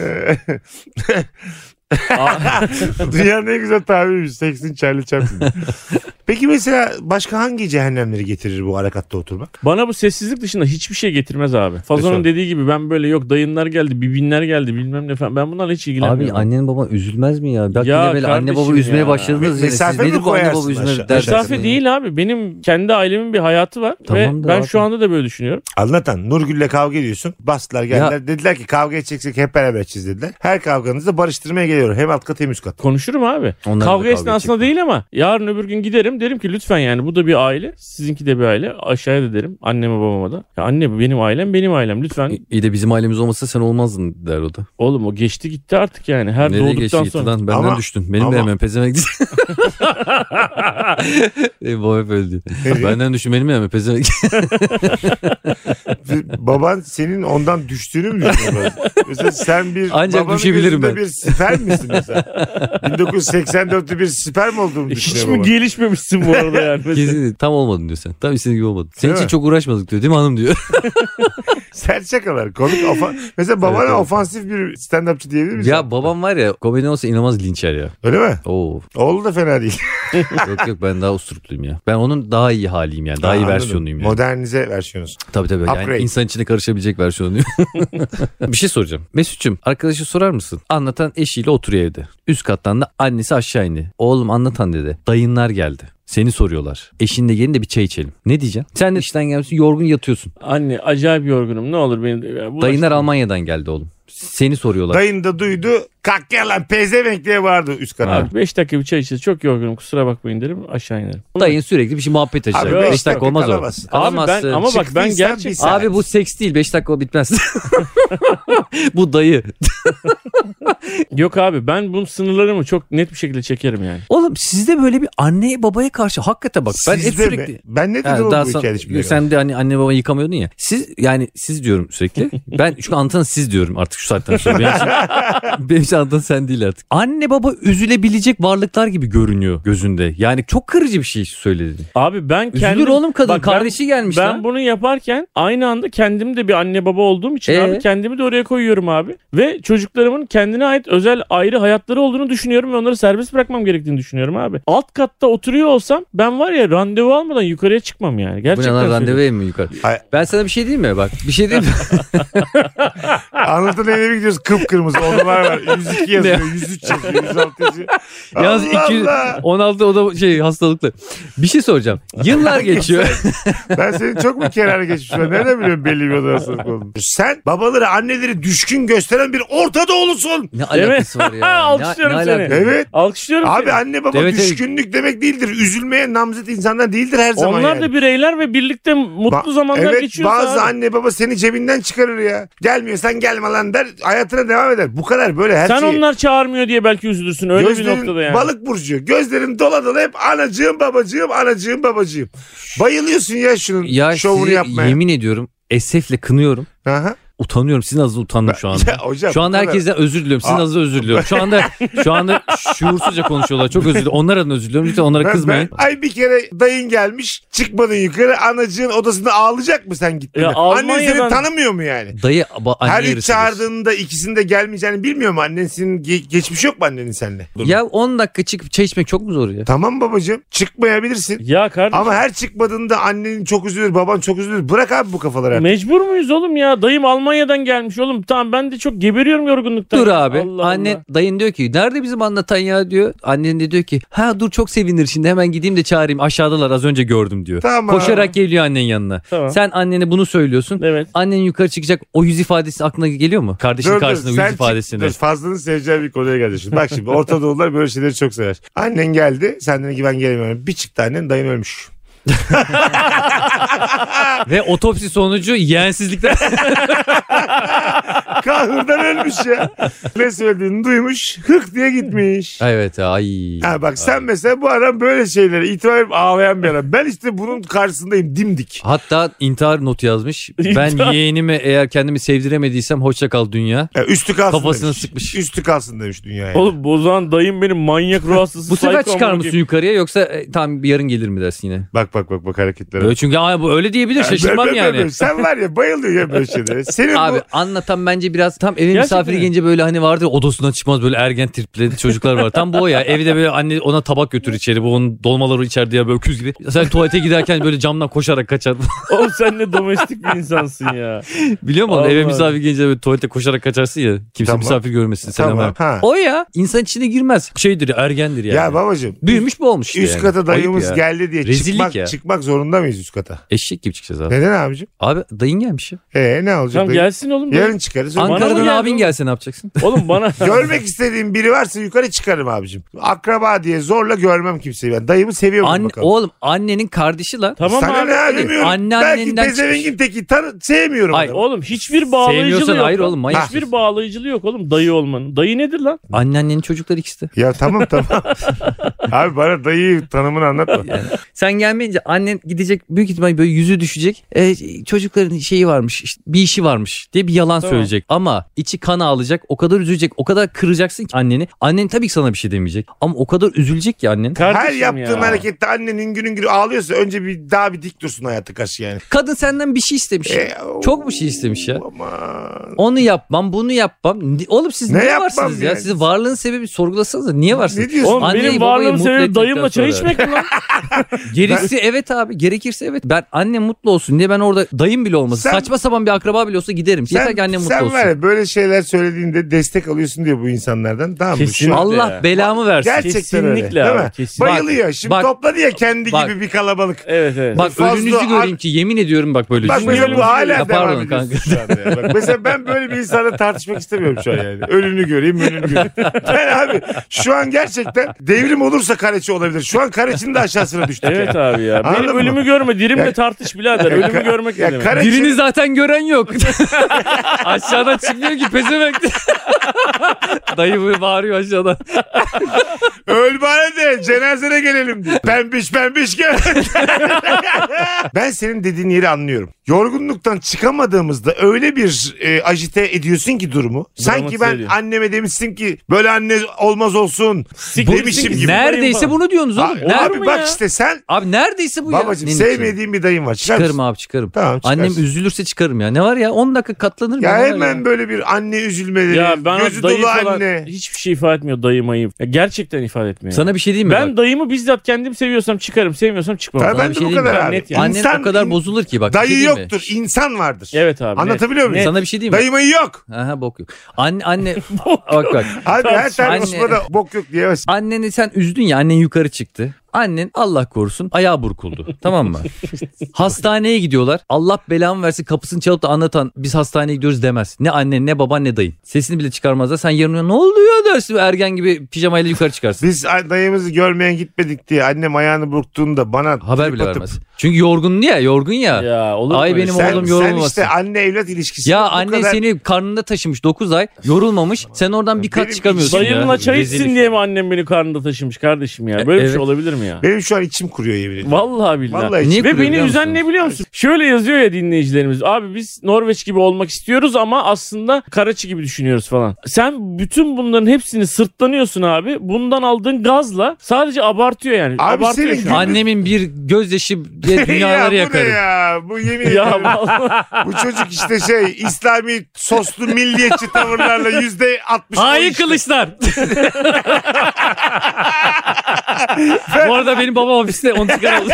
[SPEAKER 1] Dünyanın en güzel tabiriymiş. Seksin Charlie Chaplin. Peki mesela başka hangi cehennemleri getirir bu harekatta oturmak?
[SPEAKER 2] Bana bu sessizlik dışında hiçbir şey getirmez abi. Fazon'un
[SPEAKER 1] Mesela?
[SPEAKER 2] dediği gibi ben böyle yok dayınlar geldi, bibinler geldi bilmem ne falan. Ben bunlarla hiç
[SPEAKER 3] Abi
[SPEAKER 2] ilgilenmiyorum.
[SPEAKER 3] annen baban üzülmez mi ya? Bak
[SPEAKER 2] Ya
[SPEAKER 3] yine böyle anne baba
[SPEAKER 2] kardeşim
[SPEAKER 3] üzmeye
[SPEAKER 2] ya.
[SPEAKER 3] başladınız. ya.
[SPEAKER 1] Mesafe
[SPEAKER 3] Siz
[SPEAKER 1] mi
[SPEAKER 3] nedir bu anne
[SPEAKER 1] koyarsın
[SPEAKER 3] baba üzme
[SPEAKER 1] aşağı-
[SPEAKER 3] dersin?
[SPEAKER 2] Mesafe değil abi. Benim kendi ailemin bir hayatı var.
[SPEAKER 3] Tamam
[SPEAKER 2] ve
[SPEAKER 3] da
[SPEAKER 2] ben
[SPEAKER 3] abi.
[SPEAKER 2] şu anda da böyle düşünüyorum.
[SPEAKER 1] Anlatan Nurgül'le kavga ediyorsun. Bastılar geldiler. Dediler ki kavga edeceksek hep beraber edeceğiz dediler. Her kavganızda barıştırmaya geliyorum. Hem alt kat hem üst kat.
[SPEAKER 2] Konuşurum abi.
[SPEAKER 3] Onlar da
[SPEAKER 2] Kavga
[SPEAKER 3] kavga
[SPEAKER 2] esnasında
[SPEAKER 3] edecek.
[SPEAKER 2] değil ama yarın öbür gün giderim derim ki lütfen yani bu da bir aile. Sizinki de bir aile. Aşağıya da derim. Anneme babama da. Ya anne bu benim ailem benim ailem. Lütfen.
[SPEAKER 3] İyi de bizim ailemiz olmasa sen olmazdın der o da.
[SPEAKER 2] Oğlum o geçti gitti artık yani. Her
[SPEAKER 3] Nereye geçti
[SPEAKER 2] doğduktan
[SPEAKER 3] gitti
[SPEAKER 2] sonra.
[SPEAKER 3] lan? Benden
[SPEAKER 1] Ama-
[SPEAKER 3] düştün. Benim de
[SPEAKER 1] ama-
[SPEAKER 3] hemen pezevenk değil. Babam hep öyle diyor.
[SPEAKER 1] Ne diyor?
[SPEAKER 3] Benden düştün benim de hemen pezevenk.
[SPEAKER 1] Baban senin ondan düştüğünü mü düşünüyor? Mesela sen bir
[SPEAKER 3] Ancak
[SPEAKER 1] babanın
[SPEAKER 3] düşebilirim
[SPEAKER 1] gözünde
[SPEAKER 3] ben.
[SPEAKER 1] bir sperm misin mesela? 1984'te bir sperm olduğunu
[SPEAKER 2] Hiç
[SPEAKER 1] düşünüyor
[SPEAKER 2] mi
[SPEAKER 1] baba.
[SPEAKER 2] gelişmemişsin bu arada yani? Mesela.
[SPEAKER 3] Kesin tam olmadın diyor sen. Tam istediğin gibi olmadın. Senin
[SPEAKER 1] Değil
[SPEAKER 3] için
[SPEAKER 1] mi?
[SPEAKER 3] çok uğraşmadık diyor değil mi hanım diyor.
[SPEAKER 1] Sert şakalar. Komik mesela babana
[SPEAKER 3] Evet, evet.
[SPEAKER 1] ofansif bir stand-upçı diyebilir misin?
[SPEAKER 3] Ya babam var ya komedi olsa inanılmaz linçer ya.
[SPEAKER 1] Öyle mi?
[SPEAKER 3] Oo.
[SPEAKER 1] Oğlu da fena değil.
[SPEAKER 3] Yok ben daha usturupluyum ya. Ben onun daha iyi haliyim yani. Daha iyi
[SPEAKER 1] Anladım.
[SPEAKER 3] versiyonuyum yani.
[SPEAKER 1] Modernize versiyonuz.
[SPEAKER 3] Tabii tabii.
[SPEAKER 1] Upgrade.
[SPEAKER 3] Yani insan içine karışabilecek versiyonuyum. Bir şey soracağım. Mesut'cum arkadaşı sorar mısın? Anlatan eşiyle oturuyor evde. Üst kattan da annesi aşağı indi. Oğlum anlatan dedi. Dayınlar geldi. Seni soruyorlar. Eşinle gelin de bir çay içelim. Ne diyeceksin? Sen de işten gelmişsin yorgun yatıyorsun.
[SPEAKER 2] Anne acayip yorgunum. Ne olur beni.
[SPEAKER 3] Dayınlar Almanya'dan geldi oğlum. Seni soruyorlar.
[SPEAKER 1] Dayın da duydu. Kalk gel lan pezevenk diye bağırdı üst kata.
[SPEAKER 2] Abi 5 dakika bir çay içeceğiz. Çok yorgunum. Kusura bakmayın derim. Aşağı inerim.
[SPEAKER 3] Dayın sürekli bir şey muhabbet açacak.
[SPEAKER 1] Abi
[SPEAKER 3] 5
[SPEAKER 1] 5
[SPEAKER 3] dakika olmaz o.
[SPEAKER 1] kalamazsın.
[SPEAKER 2] Abi ben
[SPEAKER 3] Kalamazsın.
[SPEAKER 2] ama bak ben
[SPEAKER 1] Çıktıysan
[SPEAKER 2] gerçek
[SPEAKER 1] bir saat.
[SPEAKER 3] Abi bu seks değil 5 dakika bitmez. Bu dayı.
[SPEAKER 2] yok abi ben bunun sınırlarımı çok net bir şekilde çekerim yani.
[SPEAKER 3] Oğlum sizde böyle bir anneye babaya karşı hakikaten bak ben hep
[SPEAKER 1] Sizde
[SPEAKER 3] sürekli...
[SPEAKER 1] mi? Ben ne dedim
[SPEAKER 3] Yani
[SPEAKER 1] oğlum
[SPEAKER 3] daha
[SPEAKER 1] bu
[SPEAKER 3] son-
[SPEAKER 1] hikaye ilişkilerine?
[SPEAKER 3] sen de hani anne baba yıkamıyordun ya. Siz yani siz diyorum sürekli. Ben çünkü anlatan siz diyorum artık şu saatten sonra. Benim için anlatan sen değil artık. Anne baba üzülebilecek varlıklar gibi görünüyor gözünde. Yani çok kırıcı bir şey söyledin.
[SPEAKER 2] Abi ben
[SPEAKER 3] Üzülür
[SPEAKER 2] kendim...
[SPEAKER 3] oğlum kadın.
[SPEAKER 2] Bak ben-
[SPEAKER 3] Kardeşi gelmiş
[SPEAKER 2] Ben
[SPEAKER 3] lan.
[SPEAKER 2] bunu yaparken aynı anda kendim de bir anne baba olduğum için abi kendimi de oraya koyuyorum abi. Ve çocuklarımın kendine ait özel ayrı hayatları olduğunu düşünüyorum ve onları serbest bırakmam gerektiğini düşünüyorum abi. Alt katta oturuyor olsam ben var ya randevu almadan yukarıya çıkmam yani.
[SPEAKER 3] Bu ne
[SPEAKER 2] Gerçekten
[SPEAKER 3] lan
[SPEAKER 2] söylüyorum.
[SPEAKER 3] randevu evi mi yukarı?
[SPEAKER 1] Hayır.
[SPEAKER 3] Ben sana bir şey diyeyim mi? Bak bir şey diyeyim mi?
[SPEAKER 1] Anlatan eve gidiyoruz kıpkırmızı odalar var. 102 yazıyor, 103 yazıyor, 106 yazıyor.
[SPEAKER 3] Yalnız
[SPEAKER 1] Allah
[SPEAKER 3] 216 o da şey hastalıklı. Bir şey soracağım. Yıllar geçiyor.
[SPEAKER 1] Ben senin çok mu kenara geçmiş? Ben nereden biliyorum belli bir odada hastalık olduğunu? Sen babaları anneleri düşkün gösteren bir Orta Doğulusun.
[SPEAKER 3] Ne alakası var ya?
[SPEAKER 2] Alkışlıyorum seni.
[SPEAKER 3] alakası?
[SPEAKER 1] Evet.
[SPEAKER 2] Alkışlıyorum
[SPEAKER 1] Abi
[SPEAKER 2] seni.
[SPEAKER 1] anne baba
[SPEAKER 3] Evet, evet.
[SPEAKER 1] düşkünlük demek değildir. Üzülmeye namzet insanlar değildir her zaman
[SPEAKER 2] Onlar
[SPEAKER 1] yani.
[SPEAKER 2] da bireyler ve birlikte mutlu zamanlar
[SPEAKER 1] evet,
[SPEAKER 2] geçiyor.
[SPEAKER 1] bazı anne baba seni cebinden çıkarır ya. Gelmiyorsan gelme lan der. Hayatına devam eder. Bu kadar böyle her
[SPEAKER 2] Sen
[SPEAKER 1] şeyi.
[SPEAKER 2] onlar çağırmıyor diye belki üzülürsün. Öyle bir noktada yani.
[SPEAKER 1] Balık burcu. Gözlerin dola dola hep anacığım babacığım anacığım babacığım. Bayılıyorsun ya şunun
[SPEAKER 3] Ya
[SPEAKER 1] şovunu
[SPEAKER 3] sizi
[SPEAKER 1] yapmaya.
[SPEAKER 3] yemin ediyorum esefle kınıyorum.
[SPEAKER 1] Aha.
[SPEAKER 3] Utanıyorum. Sizin adınıza utandım şu anda.
[SPEAKER 1] Ya hocam,
[SPEAKER 3] Şu anda
[SPEAKER 1] bu kadar-
[SPEAKER 3] herkesten özür diliyorum. Sizin
[SPEAKER 1] Aa.
[SPEAKER 3] adınıza özür diliyorum. Şu anda şuursuzca konuşuyorlar. Çok özür diliyorum. Onlar adına özür diliyorum. Lütfen onlara kızmayın.
[SPEAKER 1] Ay bir kere dayın gelmiş çıkmadın yukarı anacığın odasında ağlayacak mı sen gittiğinde?
[SPEAKER 2] Ya
[SPEAKER 1] Annen seni
[SPEAKER 2] Almanya'dan-
[SPEAKER 1] tanımıyor mu yani?
[SPEAKER 3] Dayı anne
[SPEAKER 1] Her üç
[SPEAKER 3] yarısıdır.
[SPEAKER 1] çağırdığında ikisinde gelmeyeceğini bilmiyor mu annen? Senin geçmiş yok mu annenin seninle?
[SPEAKER 3] Ya 10 dakika çıkıp çay içmek çok mu zor ya?
[SPEAKER 1] Tamam babacığım çıkmayabilirsin.
[SPEAKER 2] Ya kardeşim.
[SPEAKER 1] Ama her çıkmadığında annenin çok üzülür baban çok üzülür. Bırak abi bu kafaları artık.
[SPEAKER 2] Mecbur muyuz oğlum ya? Dayım Almanya'dan gelmiş oğlum. Tamam ben de çok geberiyorum yorgunluktan.
[SPEAKER 3] Dur abi.
[SPEAKER 2] Allah
[SPEAKER 3] Anne
[SPEAKER 2] Allah.
[SPEAKER 3] dayın diyor ki nerede bizim anlatan ya diyor. Annen de diyor ki ha dur çok sevinir şimdi hemen gideyim de çağırayım aşağıdalar az önce gördüm diyor.
[SPEAKER 1] Tamam.
[SPEAKER 3] Koşarak geliyor annenin yanına.
[SPEAKER 2] Tamam.
[SPEAKER 3] Sen annene bunu söylüyorsun.
[SPEAKER 2] Evet.
[SPEAKER 3] Annen yukarı çıkacak o yüz ifadesi aklına geliyor mu? Kardeşin karşısında o yüz ifadesini.
[SPEAKER 1] Dur, Fazlı'nın seveceği bir konuya geldi şimdi. Bak şimdi Orta Doğulular böyle şeyleri çok sever. Annen geldi. Sen dedin ki ben gelemiyorum. Bir çıktı annen dayın ölmüş.
[SPEAKER 3] Ve otopsi sonucu yeğensizlikten.
[SPEAKER 1] Kahırdan ölmüş ya. Ne söylediğini duymuş. Hık diye gitmiş.
[SPEAKER 3] Evet ay.
[SPEAKER 1] Ha bak sen mesela bu adam böyle şeylere itibar edip ağlayan bir adam. Ben işte bunun karşısındayım dimdik.
[SPEAKER 3] Hatta intihar notu yazmış. Ben yeğenime eğer kendimi sevdiremediysem hoşça kal dünya.
[SPEAKER 1] Ya üstü kalsın
[SPEAKER 3] Kafasını
[SPEAKER 1] demiş.
[SPEAKER 3] sıkmış.
[SPEAKER 1] Üstü kalsın demiş dünyaya.
[SPEAKER 2] Oğlum bu zaman dayım benim manyak ruh hastası.
[SPEAKER 3] Bu sefer
[SPEAKER 2] psycho
[SPEAKER 3] çıkar
[SPEAKER 2] amına
[SPEAKER 3] mısın
[SPEAKER 2] koyayım.
[SPEAKER 3] yukarıya yoksa tamam bir yarın gelir mi dersin yine?
[SPEAKER 1] Bak hareketlere.
[SPEAKER 3] Böyle çünkü bu öyle diyebilir şaşırmam yani.
[SPEAKER 1] Sen var ya bayılıyor ya böyle şeylere. Senin
[SPEAKER 3] Abi
[SPEAKER 1] bu...
[SPEAKER 3] anlatan bence biraz tam eve
[SPEAKER 2] Gerçekten
[SPEAKER 3] misafiri
[SPEAKER 2] mi?
[SPEAKER 3] gelince böyle hani vardı ya, odasından çıkmaz böyle ergen tripli çocuklar var. Tam bu o ya. Evde böyle anne ona tabak götür içeri. Bu onun dolmaları içeride ya böyle öküz gibi. Sen tuvalete giderken böyle camdan koşarak kaçar.
[SPEAKER 2] Oğlum sen ne domestik bir insansın ya.
[SPEAKER 3] Biliyor musun?
[SPEAKER 2] Allah.
[SPEAKER 3] Eve misafir gelince böyle tuvalete koşarak kaçarsın ya. Kimse
[SPEAKER 1] Tamam.
[SPEAKER 3] misafir görmesin. Selam
[SPEAKER 1] Tamam.
[SPEAKER 3] ver.
[SPEAKER 1] Ha.
[SPEAKER 3] O ya insan içine girmez. Şeydir ergendir yani.
[SPEAKER 1] Ya babacığım.
[SPEAKER 3] Büyümüş bu olmuş işte
[SPEAKER 1] Üst
[SPEAKER 3] yani.
[SPEAKER 1] kata dayımız
[SPEAKER 3] Ayıp ya.
[SPEAKER 1] geldi diye
[SPEAKER 3] Rezillik ya.
[SPEAKER 1] çıkmak zorunda mıyız üst kata?
[SPEAKER 3] Eşek gibi çıkacağız abi.
[SPEAKER 1] Neden abicim?
[SPEAKER 3] Abi dayın gelmiş ya.
[SPEAKER 1] Ne olacak?
[SPEAKER 2] Tamam
[SPEAKER 1] dayı?
[SPEAKER 2] gelsin oğlum.
[SPEAKER 1] Yarın çıkarız.
[SPEAKER 2] Bana mı
[SPEAKER 3] Ankara'dan
[SPEAKER 2] geldi
[SPEAKER 3] abin
[SPEAKER 2] oğlum?
[SPEAKER 3] gelse ne yapacaksın?
[SPEAKER 2] Oğlum bana.
[SPEAKER 1] Görmek istediğim biri varsa yukarı çıkarım abicim. Akraba diye zorla görmem kimseyi ben. Dayımı seviyorum bakalım.
[SPEAKER 3] Oğlum annenin kardeşi lan.
[SPEAKER 2] Tamam
[SPEAKER 1] Sana
[SPEAKER 2] abi.
[SPEAKER 1] ne halimiyorum.
[SPEAKER 3] Anne
[SPEAKER 1] Belki
[SPEAKER 3] annenden
[SPEAKER 1] pezevengin teki sevmiyorum
[SPEAKER 3] Ay,
[SPEAKER 1] adamı.
[SPEAKER 2] Oğlum hiçbir bağlayıcılığı
[SPEAKER 3] Sevmiyorsan
[SPEAKER 2] yok.
[SPEAKER 3] hayır
[SPEAKER 2] lan.
[SPEAKER 3] oğlum, manyak.
[SPEAKER 2] Hiçbir bağlayıcılığı yok oğlum dayı olmanın. Dayı nedir lan?
[SPEAKER 3] Anneannenin çocukları ikisi de.
[SPEAKER 1] Ya tamam. Abi bana dayı tanımını anlatma.
[SPEAKER 3] Sen gelmeyince annen gidecek büyük ihtimal böyle yüzü düşecek. Çocukların şeyi varmış işte, bir işi varmış diye bir yalan
[SPEAKER 2] Tamam.
[SPEAKER 3] söyleyecek. Ama içi kan ağlayacak o kadar üzülecek o kadar kıracaksın ki anneni. Annen tabii ki sana bir şey demeyecek. Ama o kadar üzülecek ki annen.
[SPEAKER 1] Her
[SPEAKER 2] Kardeşim
[SPEAKER 1] yaptığım
[SPEAKER 2] ya.
[SPEAKER 1] harekette annenin günün ağlıyorsa önce daha bir dik dursun hayata karşı yani.
[SPEAKER 3] Kadın senden bir şey istemiş. Çok bir şey istemiş ya.
[SPEAKER 1] Aman.
[SPEAKER 3] Onu yapmam bunu yapmam. Oğlum siz
[SPEAKER 1] Ne
[SPEAKER 3] niye
[SPEAKER 1] yapmam
[SPEAKER 3] varsınız ya?
[SPEAKER 1] yani?
[SPEAKER 3] Sizin varlığın sebebi sorgulasanıza niye varsınız?
[SPEAKER 1] Ne diyorsun?
[SPEAKER 2] Oğlum
[SPEAKER 3] Anneyi,
[SPEAKER 2] benim
[SPEAKER 3] babayı
[SPEAKER 2] varlığım
[SPEAKER 3] mutlu
[SPEAKER 2] sebebi
[SPEAKER 3] ettikten
[SPEAKER 2] dayımla çay
[SPEAKER 3] sonra.
[SPEAKER 2] içmek mi lan?
[SPEAKER 3] Gerisi evet abi gerekirse evet. Ben annem mutlu olsun diye ben orada dayım bile olmasın.
[SPEAKER 1] Sen-
[SPEAKER 3] Saçma sapan bir akraba bile olsa giderim. Yeter ki annem mutlu
[SPEAKER 1] sen
[SPEAKER 3] olsun.
[SPEAKER 1] var ya böyle şeyler söylediğinde destek alıyorsun diye bu insanlardan. Tamam mı?
[SPEAKER 2] Kesin.
[SPEAKER 1] Şu an
[SPEAKER 3] Allah belamı versin.
[SPEAKER 1] gerçekten
[SPEAKER 2] Kesinlikle
[SPEAKER 1] öyle.
[SPEAKER 2] abi,
[SPEAKER 1] Değil mi?
[SPEAKER 2] kesin.
[SPEAKER 1] Bayılıyor. Şimdi
[SPEAKER 3] bak-
[SPEAKER 1] topladı ya kendi
[SPEAKER 3] bak-
[SPEAKER 1] gibi bir kalabalık.
[SPEAKER 2] Evet.
[SPEAKER 3] Bak
[SPEAKER 1] Fazla-
[SPEAKER 3] önünüzü göreyim ki yemin ediyorum bak böyle
[SPEAKER 1] Bak
[SPEAKER 3] düşünüyorum.
[SPEAKER 1] mesela bu hala
[SPEAKER 3] Ya
[SPEAKER 1] devam
[SPEAKER 3] pardon
[SPEAKER 1] ediyorsun
[SPEAKER 3] kanka.
[SPEAKER 1] şu anda ya. Bak mesela ben böyle bir insanla tartışmak istemiyorum şu an yani. Önünü göreyim. Ben abi şu an gerçekten devrim olursa Kareçi olabilir. Şu an Kareçi'nin de aşağısına düştük
[SPEAKER 2] Evet
[SPEAKER 1] ya.
[SPEAKER 2] abi ya.
[SPEAKER 1] Anladın
[SPEAKER 2] Benim
[SPEAKER 1] mı?
[SPEAKER 2] ölümü görme. Dirimle
[SPEAKER 1] Ya-
[SPEAKER 2] tartış birader. Ölümü görmek
[SPEAKER 1] ya
[SPEAKER 2] ne demek?
[SPEAKER 1] Kareçi-
[SPEAKER 3] Birini zaten gören yok. Aşağıdan çıkmıyor ki pezevenk. Dayı böyle bağırıyor aşağıdan.
[SPEAKER 1] Öl bari de cenazene gelelim diye. Pembiş gel. Ben senin dediğin yeri anlıyorum. Yorgunluktan çıkamadığımızda öyle bir ajite ediyorsun ki durumu. Sanki ben
[SPEAKER 2] ediyor.
[SPEAKER 1] anneme demişsin ki böyle anne olmaz olsun. Demişim gibi.
[SPEAKER 3] Neredeyse bunu diyorsunuz oğlum.
[SPEAKER 1] Abi,
[SPEAKER 3] Nerede?
[SPEAKER 2] mu
[SPEAKER 1] bak
[SPEAKER 2] ya?
[SPEAKER 1] işte sen
[SPEAKER 3] Abi neredeyse bu ya.
[SPEAKER 1] babacığım
[SPEAKER 3] Ne
[SPEAKER 1] sevmediğin bir dayın var. Çıkar
[SPEAKER 3] Çıkarım
[SPEAKER 1] mısın?
[SPEAKER 3] abi çıkarım.
[SPEAKER 1] Tamam, çıkarsın.
[SPEAKER 3] Annem üzülürse çıkarım ya. Ne var ya 10 dakika katlanırım.
[SPEAKER 1] Ya
[SPEAKER 3] Ne var
[SPEAKER 1] hemen böyle bir anne üzülmeleri.
[SPEAKER 2] Ya ben
[SPEAKER 1] gözü
[SPEAKER 2] dayı
[SPEAKER 1] dolu
[SPEAKER 2] falan
[SPEAKER 1] anne.
[SPEAKER 2] hiçbir şey ifade etmiyor dayımayı. Ya gerçekten ifade etmiyor.
[SPEAKER 3] Sana bir şey diyeyim mi?
[SPEAKER 2] ben
[SPEAKER 3] bak?
[SPEAKER 2] dayımı bizzat kendim seviyorsam çıkarım, sevmiyorsam çıkmam.
[SPEAKER 1] Tabii
[SPEAKER 3] Sana
[SPEAKER 1] ben
[SPEAKER 3] bir
[SPEAKER 1] de
[SPEAKER 3] şey
[SPEAKER 1] bu
[SPEAKER 3] diyeyim mi?
[SPEAKER 1] kadar abi.
[SPEAKER 2] Net yani.
[SPEAKER 3] Annen
[SPEAKER 1] İnsan-
[SPEAKER 3] o kadar bozulur ki bak. bir
[SPEAKER 1] Dayı
[SPEAKER 3] şey diyeyim mi?
[SPEAKER 1] yoktur, insan vardır.
[SPEAKER 2] Evet abi.
[SPEAKER 1] Anlatabiliyor muyum?
[SPEAKER 3] Sana bir şey diyeyim mi?
[SPEAKER 1] Dayımayı yok.
[SPEAKER 3] Aha bok yok. Anne bak.
[SPEAKER 1] Abi her
[SPEAKER 2] Anne-
[SPEAKER 1] tartışmada bok yok diyemezsin.
[SPEAKER 3] Anneni sen üzdün ya annen yukarı çıktı. Annen Allah korusun ayağı burkuldu. Tamam mı? Hastaneye gidiyorlar. Allah belamı versin kapısını çalıp da anlatan biz hastaneye gidiyoruz demez. Ne annen ne baban ne dayın. Sesini bile çıkarmazlar. Sen yarın ne oldu ya dersin. Ergen gibi pijamayla yukarı çıkarsın.
[SPEAKER 1] Biz dayımızı görmeye gitmedik diye annem ayağını burktuğunda bana
[SPEAKER 3] Haber
[SPEAKER 1] trip
[SPEAKER 3] bile
[SPEAKER 1] atıp-
[SPEAKER 3] vermez. Çünkü yorgun ya.
[SPEAKER 2] Ya olur mu
[SPEAKER 3] Ay
[SPEAKER 2] öyle
[SPEAKER 3] benim
[SPEAKER 2] şey?
[SPEAKER 3] oğlum
[SPEAKER 1] Sen
[SPEAKER 3] yorulmasın.
[SPEAKER 1] işte anne evlat ilişkisi.
[SPEAKER 3] Ya
[SPEAKER 1] bu
[SPEAKER 3] annen
[SPEAKER 1] kadar-
[SPEAKER 3] seni karnında taşımış 9 ay yorulmamış. Sen oradan bir kat
[SPEAKER 1] Benim
[SPEAKER 3] çıkamıyorsun ya.
[SPEAKER 2] Dayımla çay
[SPEAKER 3] Rezil
[SPEAKER 2] içsin
[SPEAKER 3] iş.
[SPEAKER 2] diye mi annem beni karnında taşımış kardeşim ya? Böyle bir
[SPEAKER 3] Evet.
[SPEAKER 2] şey olabilir mi ya?
[SPEAKER 1] Benim şu an içim kuruyor yemin ediyorum.
[SPEAKER 2] Vallahi billahi.
[SPEAKER 1] Vallahi
[SPEAKER 3] Niye
[SPEAKER 2] Ve
[SPEAKER 3] kuruyor
[SPEAKER 2] beni
[SPEAKER 3] biliyor
[SPEAKER 2] üzen
[SPEAKER 3] musun?
[SPEAKER 2] ne biliyor musun? Şöyle yazıyor ya dinleyicilerimiz. Abi biz Norveç gibi olmak istiyoruz ama aslında Karaçi gibi düşünüyoruz falan. Sen bütün bunların hepsini sırtlanıyorsun abi. Bundan aldığın gazla sadece abartıyor yani.
[SPEAKER 1] Abi
[SPEAKER 2] Abartıyor
[SPEAKER 1] senin
[SPEAKER 2] şu an.
[SPEAKER 3] Annemin bir gözyaşı diye dünyaları
[SPEAKER 1] ya bu ne
[SPEAKER 3] yakarım.
[SPEAKER 1] ya? Bu yemin
[SPEAKER 2] Ya
[SPEAKER 1] ediyorum.
[SPEAKER 2] vallahi.
[SPEAKER 1] Bu çocuk işte İslami soslu milliyetçi tavırlarla %60.
[SPEAKER 3] Hain kılıçlar. Bu arada benim babam ofiste onu çıkaralım.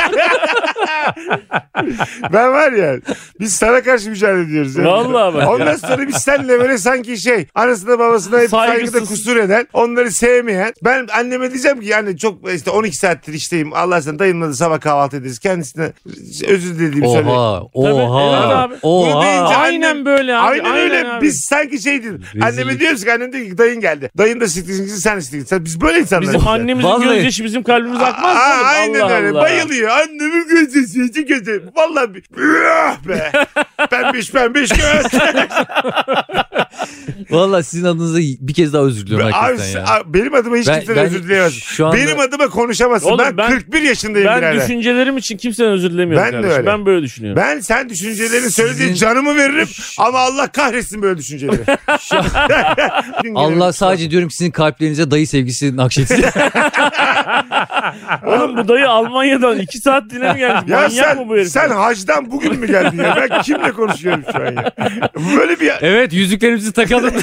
[SPEAKER 1] Ben var ya biz sana karşı mücadele ediyoruz. Yani.
[SPEAKER 2] Vallahi bak.
[SPEAKER 1] Ondan sonra biz seninle böyle sanki anasına babasına hep
[SPEAKER 2] Saygısız.
[SPEAKER 1] saygıda kusur eden, onları sevmeyen. Ben anneme diyeceğim ki yani çok işte 12 saattir işteyim. Allah sen dayımla da sabah kahvaltı ederiz. Kendisine özür dilediğimi söyle.
[SPEAKER 3] Oha.
[SPEAKER 2] Evet
[SPEAKER 3] Oha.
[SPEAKER 2] abi.
[SPEAKER 1] Bunu deyince
[SPEAKER 3] Oha.
[SPEAKER 2] Aynen
[SPEAKER 1] annem-
[SPEAKER 2] böyle abi.
[SPEAKER 1] Aynen öyle.
[SPEAKER 2] abi.
[SPEAKER 1] Biz sanki Anneme diyoruz ki annem diyor ki dayın geldi. Dayın da siktirsin sen de siktirsin. Biz böyle insanlarız.
[SPEAKER 2] Bizim
[SPEAKER 1] ya.
[SPEAKER 2] annemizin
[SPEAKER 3] Vallahi.
[SPEAKER 2] gözyaşı bizim kalbimiz akmaz mı? oğlum?
[SPEAKER 1] Aynen
[SPEAKER 2] Allah
[SPEAKER 1] öyle.
[SPEAKER 2] Allah.
[SPEAKER 1] Bayılıyor. Annemin gözü gözü. Vallahi be. Pembiş göz.
[SPEAKER 3] Vallahi sizin adınıza bir kez daha özür diliyorum
[SPEAKER 1] Abi,
[SPEAKER 3] hakikaten ya.
[SPEAKER 1] benim adıma hiç kimseden özür dileyemez.
[SPEAKER 3] şu anda-
[SPEAKER 1] Benim adıma konuşamazsın.
[SPEAKER 2] Oğlum
[SPEAKER 1] ben
[SPEAKER 2] ben-
[SPEAKER 1] 41 yaşındayım
[SPEAKER 2] Ben
[SPEAKER 1] birader.
[SPEAKER 2] düşüncelerim için kimseden özür dilemiyorum
[SPEAKER 1] Ben de
[SPEAKER 2] kardeşim.
[SPEAKER 1] öyle.
[SPEAKER 2] Ben böyle düşünüyorum.
[SPEAKER 1] Sen düşüncelerini söylediğin
[SPEAKER 3] Sizin-
[SPEAKER 1] canımı veririm ama Allah kahretsin böyle düşünceleri.
[SPEAKER 3] Allah sadece diyorum ki sizin kalplerinize dayı sevgisi nakşetsin.
[SPEAKER 2] Oğlum bu dayı Almanya'dan 2 saatliğine mi geldi?
[SPEAKER 1] Ya
[SPEAKER 2] Manyak mı bu herif?
[SPEAKER 1] sen hacdan bugün mü geldin ya? Ben kimle konuşuyorum şu an ya? Böyle bir...
[SPEAKER 3] Evet, yüzüklerimizi takalım.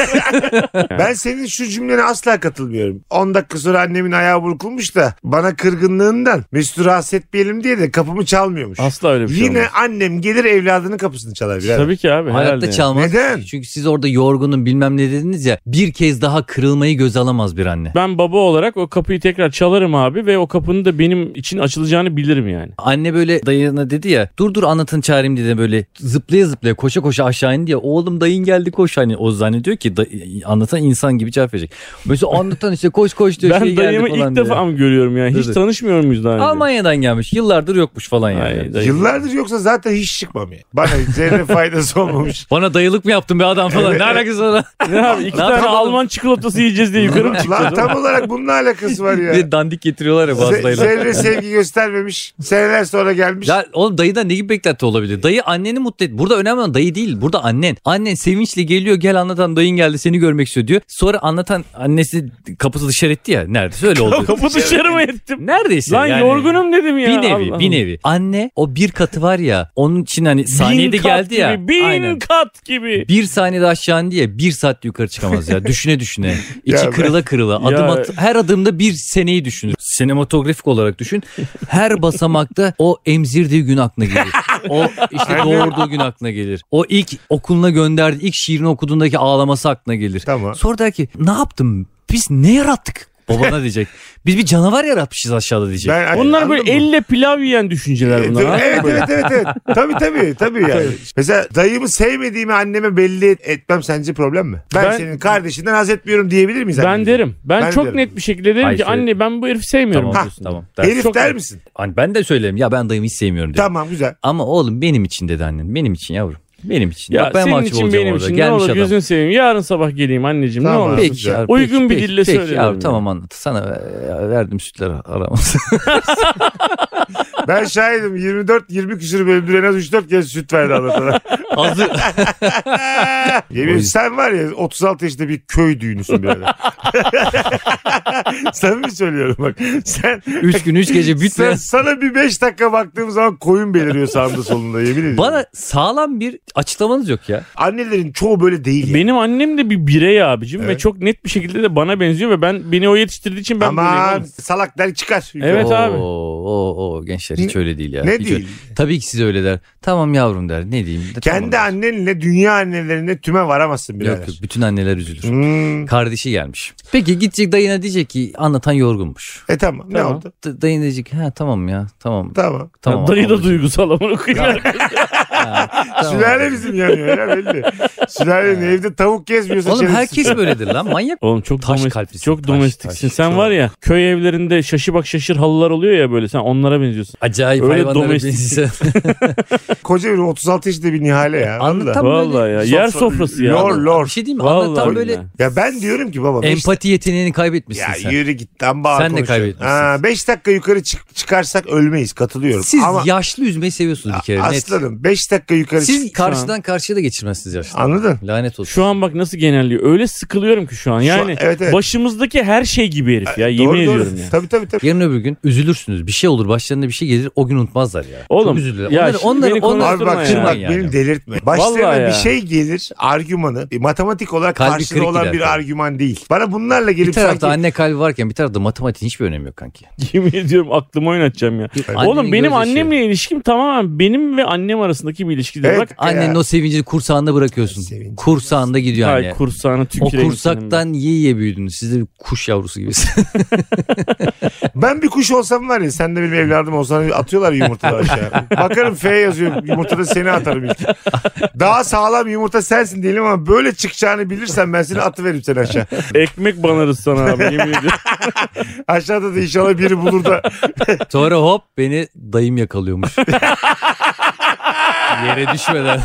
[SPEAKER 1] Ben senin şu cümlene asla katılmıyorum. 10 dakika sonra annemin ayağı burkulmuş da bana kırgınlığından Mesut'u rahatsız etmeyelim diye de kapımı çalmıyormuş.
[SPEAKER 2] Asla öyle bir şey
[SPEAKER 1] Yine
[SPEAKER 2] olmaz.
[SPEAKER 1] annem gelir evladının kapısını çalar. birader.
[SPEAKER 2] Tabii ki abi. herhalde
[SPEAKER 3] Hayatta
[SPEAKER 2] yani.
[SPEAKER 3] çalmaz.
[SPEAKER 1] Neden?
[SPEAKER 3] Çünkü siz orada yorgunum bilmem ne dediniz ya. Bir kez daha kırılmayı göze alamaz bir anne.
[SPEAKER 2] Ben baba olarak o kapıyı tekrar çalarım abi ve o kapının da benim için açılacağını bilirim yani.
[SPEAKER 3] Anne böyle dayına dedi ya, dur anlatın çağırayım dedi, böyle zıplaya zıplaya koşa koşa aşağı indi ya, oğlum dayın geldi koş, hani o zannediyor ki anlatan insan gibi cevap verecek. Mesela anlatan işte koş diyor,
[SPEAKER 2] Ben
[SPEAKER 3] şey
[SPEAKER 2] dayımı
[SPEAKER 3] geldi falan
[SPEAKER 2] ilk
[SPEAKER 3] diye.
[SPEAKER 2] defa mı görüyorum yani? Hiç
[SPEAKER 3] Dur.
[SPEAKER 2] tanışmıyor muyuz daha önce?
[SPEAKER 3] Almanya'dan gelmiş, yıllardır yokmuş falan yani.
[SPEAKER 2] Ay, dayı.
[SPEAKER 1] Yıllardır yoksa zaten hiç çıkmam ya. Bana zerre faydası olmamış.
[SPEAKER 3] Bana dayılık mı yaptın be adam falan, ne alakası var?
[SPEAKER 2] Ne abi 2
[SPEAKER 3] Ne
[SPEAKER 2] tane
[SPEAKER 3] yapalım?
[SPEAKER 2] Alman çikolatası yiyeceğiz diye yukarı mı
[SPEAKER 1] Lan
[SPEAKER 2] çıkacağız?
[SPEAKER 1] tam olarak bununla alakası var ya.
[SPEAKER 3] Bir de dandik getiriyorlar ya bazı dayılar.
[SPEAKER 1] Zerre sevgi göstermemiş. Seneler sonra gelmiş.
[SPEAKER 3] Ya oğlum dayıdan ne gibi beklenti olabilir? Dayı anneni mutlu et. Burada önemli olan dayı değil. Burada annen. Annen sevinçle geliyor, gel anlatan dayın geldi seni görmek istiyor diyor. Sonra anlatan annesi kapısı dışarı etti ya. Neredeyse öyle oldu.
[SPEAKER 2] Kapı dışarı mı ettim?
[SPEAKER 3] Neredeyse
[SPEAKER 2] Lan
[SPEAKER 3] yani.
[SPEAKER 2] yorgunum dedim ya.
[SPEAKER 3] Bir nevi
[SPEAKER 2] Allah
[SPEAKER 3] bir
[SPEAKER 2] Allah.
[SPEAKER 3] nevi. Anne o bir katı var ya, onun için hani saniyede
[SPEAKER 2] Bin kat
[SPEAKER 3] geldi ya.
[SPEAKER 2] gibi, bin
[SPEAKER 3] Aynen.
[SPEAKER 2] kat gibi.
[SPEAKER 3] Bir saniyede aşağı indi ya, bir saat yukarı çıkamaz ya. Düşüne. İçi
[SPEAKER 1] Ya ben-
[SPEAKER 3] kırıla.
[SPEAKER 2] Ya-
[SPEAKER 3] Her adımda bir seneyi düşünür. Sinematografik olarak düşün. Her basamakta o emzirdiği gün aklına gelir. O işte doğurduğu gün aklına gelir. O ilk okuluna gönderdiği, ilk şiirini okuduğundaki ağlaması aklına gelir.
[SPEAKER 1] Tamam.
[SPEAKER 3] Sonra der ki ne yaptım? Biz ne yarattık? Babana diyecek. Biz bir canavar yaratmışız aşağıda diyecek.
[SPEAKER 2] Bunlar böyle
[SPEAKER 1] Anladın mı?
[SPEAKER 2] elle pilav yiyen düşünceler bunlar. ha?
[SPEAKER 1] Evet. Tabii yani. Mesela dayımı sevmediğimi anneme belli etmem sence problem mi? Ben senin kardeşinden haz etmiyorum diyebilir miyiz?
[SPEAKER 2] Ben
[SPEAKER 1] annemize?
[SPEAKER 2] derim. Ben çok
[SPEAKER 1] derim.
[SPEAKER 2] net bir şekilde derim
[SPEAKER 3] Hayır,
[SPEAKER 2] ki
[SPEAKER 3] şöyle-
[SPEAKER 2] anne ben bu herifi sevmiyorum.
[SPEAKER 3] Tamam,
[SPEAKER 2] diyorsun.
[SPEAKER 3] tamam.
[SPEAKER 1] Herif
[SPEAKER 2] Çok
[SPEAKER 1] der
[SPEAKER 2] net.
[SPEAKER 1] misin?
[SPEAKER 3] Hani ben de söylerim ya, ben dayımı hiç sevmiyorum derim.
[SPEAKER 1] Tamam güzel.
[SPEAKER 3] Ama oğlum benim için dedi annen. Benim için yavrum. Benim için.
[SPEAKER 2] Ya
[SPEAKER 3] Bak ben
[SPEAKER 2] senin
[SPEAKER 3] mahcup
[SPEAKER 2] için
[SPEAKER 3] olacağım
[SPEAKER 2] benim
[SPEAKER 3] orada.
[SPEAKER 2] için ne
[SPEAKER 3] Gelmiş
[SPEAKER 2] olur
[SPEAKER 3] adam.
[SPEAKER 2] gözünü seveyim. Yarın sabah geleyim anneciğim
[SPEAKER 1] Tamam.
[SPEAKER 2] ne olur.
[SPEAKER 3] Peki
[SPEAKER 1] Güzel.
[SPEAKER 3] yavrum,
[SPEAKER 2] Uygun bir
[SPEAKER 3] peki,
[SPEAKER 2] dille
[SPEAKER 3] peki,
[SPEAKER 2] söylerim
[SPEAKER 3] yavrum,
[SPEAKER 2] ya.
[SPEAKER 3] tamam anlat. Sana verdim sütler aramaz.
[SPEAKER 1] Ben şahidim 24-20 küsur bölümdür en az 3-4 kez süt verdi anlatana.
[SPEAKER 3] Hazır.
[SPEAKER 1] Yemin sen var ya 36 yaşında bir köy düğünüsün birader. Samimi söylüyorum bak. Sen
[SPEAKER 3] 3 gün 3 gece bitme.
[SPEAKER 1] sana bir 5 dakika baktığım zaman koyun beliriyor sağında solunda yemin ediyorum.
[SPEAKER 3] Bana sağlam bir açıklamanız yok ya.
[SPEAKER 1] Annelerin çoğu böyle değil. ya.
[SPEAKER 2] Benim annem de bir birey abicim
[SPEAKER 1] Evet.
[SPEAKER 2] ve çok net bir şekilde de bana benziyor ve beni o yetiştirdiği için ben böyleyim
[SPEAKER 1] Aman
[SPEAKER 2] oğlum.
[SPEAKER 1] salak der çıkar.
[SPEAKER 2] Evet abi.
[SPEAKER 3] Oo, gençler hiç öyle değil ya.
[SPEAKER 1] Ne
[SPEAKER 3] Hiç
[SPEAKER 1] değil?
[SPEAKER 3] öyle. Tabii ki size öyle der. Tamam yavrum der. Ne diyeyim? De,
[SPEAKER 1] Kendi
[SPEAKER 3] tamam.
[SPEAKER 1] annenle dünya annelerine tüme varamazsın birader.
[SPEAKER 3] Yok, bütün anneler üzülür.
[SPEAKER 1] Hmm.
[SPEAKER 3] Kardeşi gelmiş. Peki gidecek dayına diyecek ki anlatan yorgunmuş.
[SPEAKER 1] Tamam. Ne
[SPEAKER 2] Tamam.
[SPEAKER 1] oldu?
[SPEAKER 3] Dayın diyecek ha tamam ya tamam.
[SPEAKER 1] Tamam.
[SPEAKER 3] Tamam.
[SPEAKER 2] Dayı da
[SPEAKER 3] ablacığım.
[SPEAKER 2] duygusal amına koyayım.
[SPEAKER 3] Ha, tamam.
[SPEAKER 1] Sülale bizim yanıyor ya belli. Sülalenin evde tavuk gezmiyorsa
[SPEAKER 3] Oğlum
[SPEAKER 1] şerefsiz.
[SPEAKER 3] herkes böyledir lan, manyak.
[SPEAKER 2] Oğlum çok
[SPEAKER 3] Taş
[SPEAKER 2] domestik,
[SPEAKER 3] kalplisin,
[SPEAKER 2] çok
[SPEAKER 3] taş,
[SPEAKER 2] domestiksin.
[SPEAKER 3] taş,
[SPEAKER 2] Sen
[SPEAKER 3] çok.
[SPEAKER 2] var ya köy evlerinde şaşı bak şaşır halılar oluyor ya böyle sen onlara benziyorsun.
[SPEAKER 3] Acayip
[SPEAKER 2] Öyle
[SPEAKER 3] hayvanlara
[SPEAKER 2] domestik.
[SPEAKER 3] benziyor.
[SPEAKER 1] Koca bir 36 yaşında bir Nihale ya. Anladın
[SPEAKER 3] Anlatan
[SPEAKER 1] mı?
[SPEAKER 3] böyle-
[SPEAKER 2] Vallahi ya yer sofrası ya.
[SPEAKER 1] Lor.
[SPEAKER 3] Bir şey diyeyim mi?
[SPEAKER 2] Vallahi
[SPEAKER 3] Anlatan böyle
[SPEAKER 2] billahi.
[SPEAKER 1] Ya ben diyorum ki baba.
[SPEAKER 3] empati yeteneğini kaybetmişsin
[SPEAKER 1] Ya
[SPEAKER 3] sen.
[SPEAKER 1] yürü git lan bağır
[SPEAKER 3] Sen de
[SPEAKER 1] konuşuyorsun.
[SPEAKER 3] kaybetmişsin.
[SPEAKER 1] 5 dakika yukarı çıkarsak ölmeyiz katılıyorum.
[SPEAKER 3] Siz
[SPEAKER 1] Ama
[SPEAKER 3] yaşlı üzmeyi seviyorsunuz bir kere. Net.
[SPEAKER 1] aslanım 5 dakika yukarı
[SPEAKER 3] Siz karşıdan karşıya da geçirmezsiniz yaşlı.
[SPEAKER 1] Anladın?
[SPEAKER 3] Lanet olsun.
[SPEAKER 2] Şu an bak nasıl genelliyor. Öyle sıkılıyorum ki şu an. Yani
[SPEAKER 1] evet.
[SPEAKER 2] başımızdaki her şey gibi herif ya. Yemin ediyorum ya.
[SPEAKER 1] Tabii.
[SPEAKER 3] Yarın öbür gün üzülürsünüz. Bir şey olur, başlarına bir şey gelir, o gün unutmazlar ya.
[SPEAKER 2] Oğlum,
[SPEAKER 3] çok üzülürler.
[SPEAKER 2] ya
[SPEAKER 3] Onları
[SPEAKER 2] şimdi beni
[SPEAKER 1] Abi
[SPEAKER 2] Konuşturma
[SPEAKER 1] bak
[SPEAKER 2] ya.
[SPEAKER 1] şimdi bak
[SPEAKER 3] yani.
[SPEAKER 1] beni delirtme.
[SPEAKER 2] Vallahi
[SPEAKER 1] Başlarına
[SPEAKER 2] ya.
[SPEAKER 1] bir şey gelir argümanı matematik olarak
[SPEAKER 3] Kalbi
[SPEAKER 1] karşılığı
[SPEAKER 3] kırık
[SPEAKER 1] olan
[SPEAKER 3] gider
[SPEAKER 1] bir
[SPEAKER 3] tabii.
[SPEAKER 1] argüman değil. Bana bunlarla
[SPEAKER 3] bir
[SPEAKER 1] gelip
[SPEAKER 3] tarafta
[SPEAKER 1] sanki
[SPEAKER 3] anne kalbi varken bir tarafta matematiğin hiçbir önemi yok kanki.
[SPEAKER 2] Yemin ediyorum aklımı oynatacağım ya.
[SPEAKER 3] Annenin
[SPEAKER 2] Oğlum benim
[SPEAKER 3] gözyaşı.
[SPEAKER 2] annemle ilişkim tamamen benim ve annem arasındaki bir bir ilişkidir.
[SPEAKER 1] Evet.
[SPEAKER 2] Bak
[SPEAKER 3] Annenin o sevincini kursağında bırakıyorsun.
[SPEAKER 1] Sevinci.
[SPEAKER 3] Kursağında gidiyor
[SPEAKER 2] ay
[SPEAKER 3] anne.
[SPEAKER 2] kursağına
[SPEAKER 3] O
[SPEAKER 2] tüküreyim.
[SPEAKER 3] kursaktan yiye büyüdünüz. Siz de bir kuş yavrusu gibisiniz.
[SPEAKER 1] Ben bir kuş olsam var ya, sen de benim evladım olsan, atıyorlar yumurtaları aşağı. Bakarım F yazıyor yumurtada, seni atarım ilk. Daha sağlam yumurta sensin diyelim ama böyle çıkacağını bilirsen ben seni atıveririm seni aşağı.
[SPEAKER 2] Ekmek banarız sana abi yemin ediyorum.
[SPEAKER 1] Aşağıda da inşallah biri bulur da.
[SPEAKER 3] Sonra hop beni dayım yakalıyormuş. Yere düşmeden.